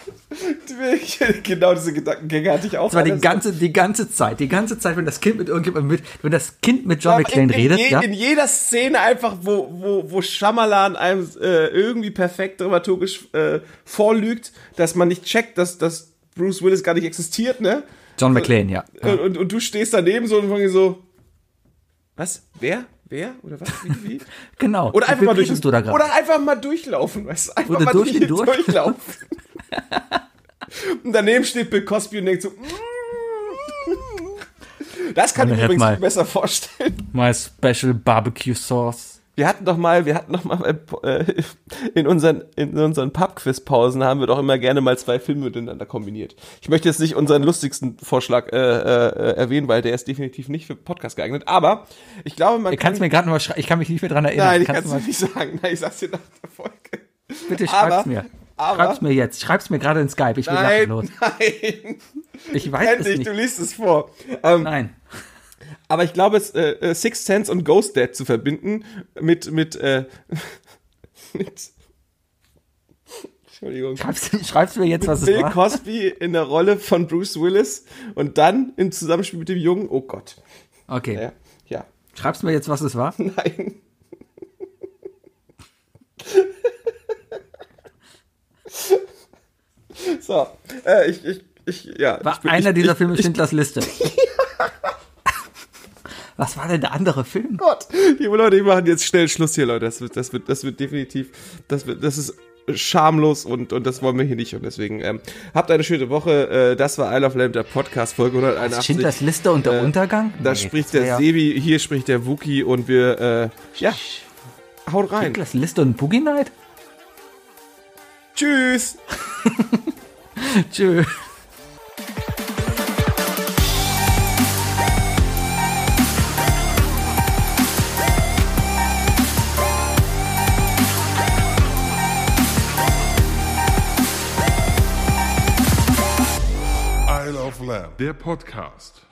genau diese Gedankengänge hatte ich auch. Das war die ganze Zeit, wenn das Kind mit irgendjemandem wenn das Kind mit John McClane redet. In jeder Szene einfach, wo Shyamalan einem irgendwie perfekt dramaturgisch vorlügt, dass man nicht checkt, dass Bruce Willis gar nicht existiert, ne? John McClane, ja. Und du stehst daneben so und fängst so, was? Wer? Oder was? Wie? Genau. Oder einfach mal durchlaufen, weißt du? Einfach mal durchlaufen. Und daneben steht Bill Cosby und denkt so, das kann ich mir übrigens viel besser vorstellen. My Special Barbecue Sauce. Wir hatten doch mal in unseren Pub-Quiz-Pausen haben wir doch immer gerne mal 2 Filme miteinander kombiniert. Ich möchte jetzt nicht unseren lustigsten Vorschlag erwähnen, weil der ist definitiv nicht für Podcast geeignet, aber ich glaube, man kann... Ich kann mich nicht mehr dran erinnern. Nein, ich kann es nicht sagen. Nein, ich sag's dir nach der Folge. Bitte schreib's mir. Schreib's mir jetzt. Schreib's mir gerade in Skype. Ich will lachen los. Nein. Ich weiß es nicht. Du liest es vor. Nein. Aber ich glaube, Sixth Sense und Ghost Dad zu verbinden mit Entschuldigung. Schreibst du mir jetzt, was es war? Bill Cosby in der Rolle von Bruce Willis und dann im Zusammenspiel mit dem Jungen. Oh Gott. Okay. Ja. Schreibst du mir jetzt, was es war? Nein. So, einer dieser Filme Schindlers Liste. Was war denn der andere Film? Gott, liebe Leute, wir machen jetzt schnell Schluss hier, Leute. Das wird definitiv, das ist schamlos und das wollen wir hier nicht. Und deswegen habt eine schöne Woche. Das war I Love Lamb, der Podcast, Folge 181. Schindlers Liste und der Untergang? Da spricht der Sebi, hier spricht der Wookie und wir, haut rein. Schindlers Liste und Boogie Night? Tschüss. Tschüss. Slam, der Podcast.